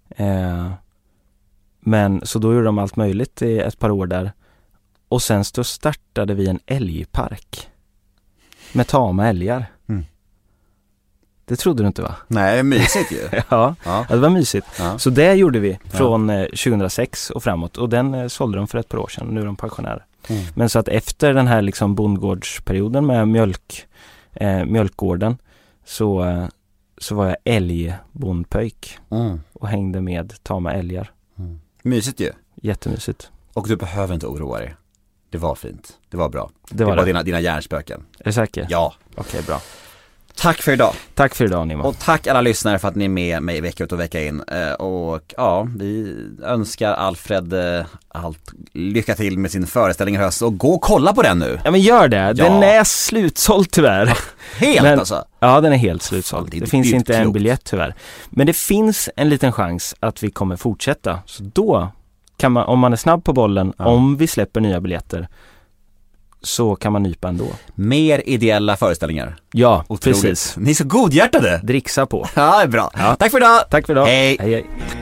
Speaker 3: Men så då gjorde de allt möjligt i ett par år där. Och sen startade vi en älgpark med tama älgar. Det trodde du inte, va?
Speaker 4: Nej, mysigt ju.
Speaker 3: Ja, det var mysigt.
Speaker 4: Ja.
Speaker 3: Så det gjorde vi från 2006 och framåt. Och den sålde de för ett par år sedan. Nu är de pensionärer. Men så att efter den här liksom bondgårdsperioden med mjölkgården så var jag älgbondpöjk och hängde med tama älgar.
Speaker 4: Mysigt ju.
Speaker 3: Jättemysigt.
Speaker 4: Och du behöver inte oroa dig. Det var fint. Det var bra.
Speaker 3: Det var
Speaker 4: dina hjärnspöken.
Speaker 3: Är du säker?
Speaker 4: Ja.
Speaker 3: Okej, bra.
Speaker 4: Tack för idag.
Speaker 3: Tack för idag, Nima.
Speaker 4: Och tack alla lyssnare för att ni är med mig vecka ut och vecka in. Och ja, vi önskar Alfred allt lycka till med sin föreställning i höst. Och gå och kolla på den nu.
Speaker 3: Ja, men gör det. Den är slutsåld tyvärr.
Speaker 4: Helt alltså?
Speaker 3: Ja, den är helt slutsåld. Det finns inte en
Speaker 4: klokt.
Speaker 3: biljett tyvärr. Men det finns en liten chans att vi kommer fortsätta. Så då kan man, om man är snabb på bollen, om vi släpper nya biljetter, så kan man nypa ändå.
Speaker 4: Mer ideella föreställningar.
Speaker 3: Ja,
Speaker 4: otroligt.
Speaker 3: Precis.
Speaker 4: Ni är så godhjärtade.
Speaker 3: Dricksa på.
Speaker 4: Ja, bra.
Speaker 3: Ja.
Speaker 4: Tack för idag.
Speaker 3: Tack för idag.
Speaker 4: Hej.
Speaker 3: Hej, hej.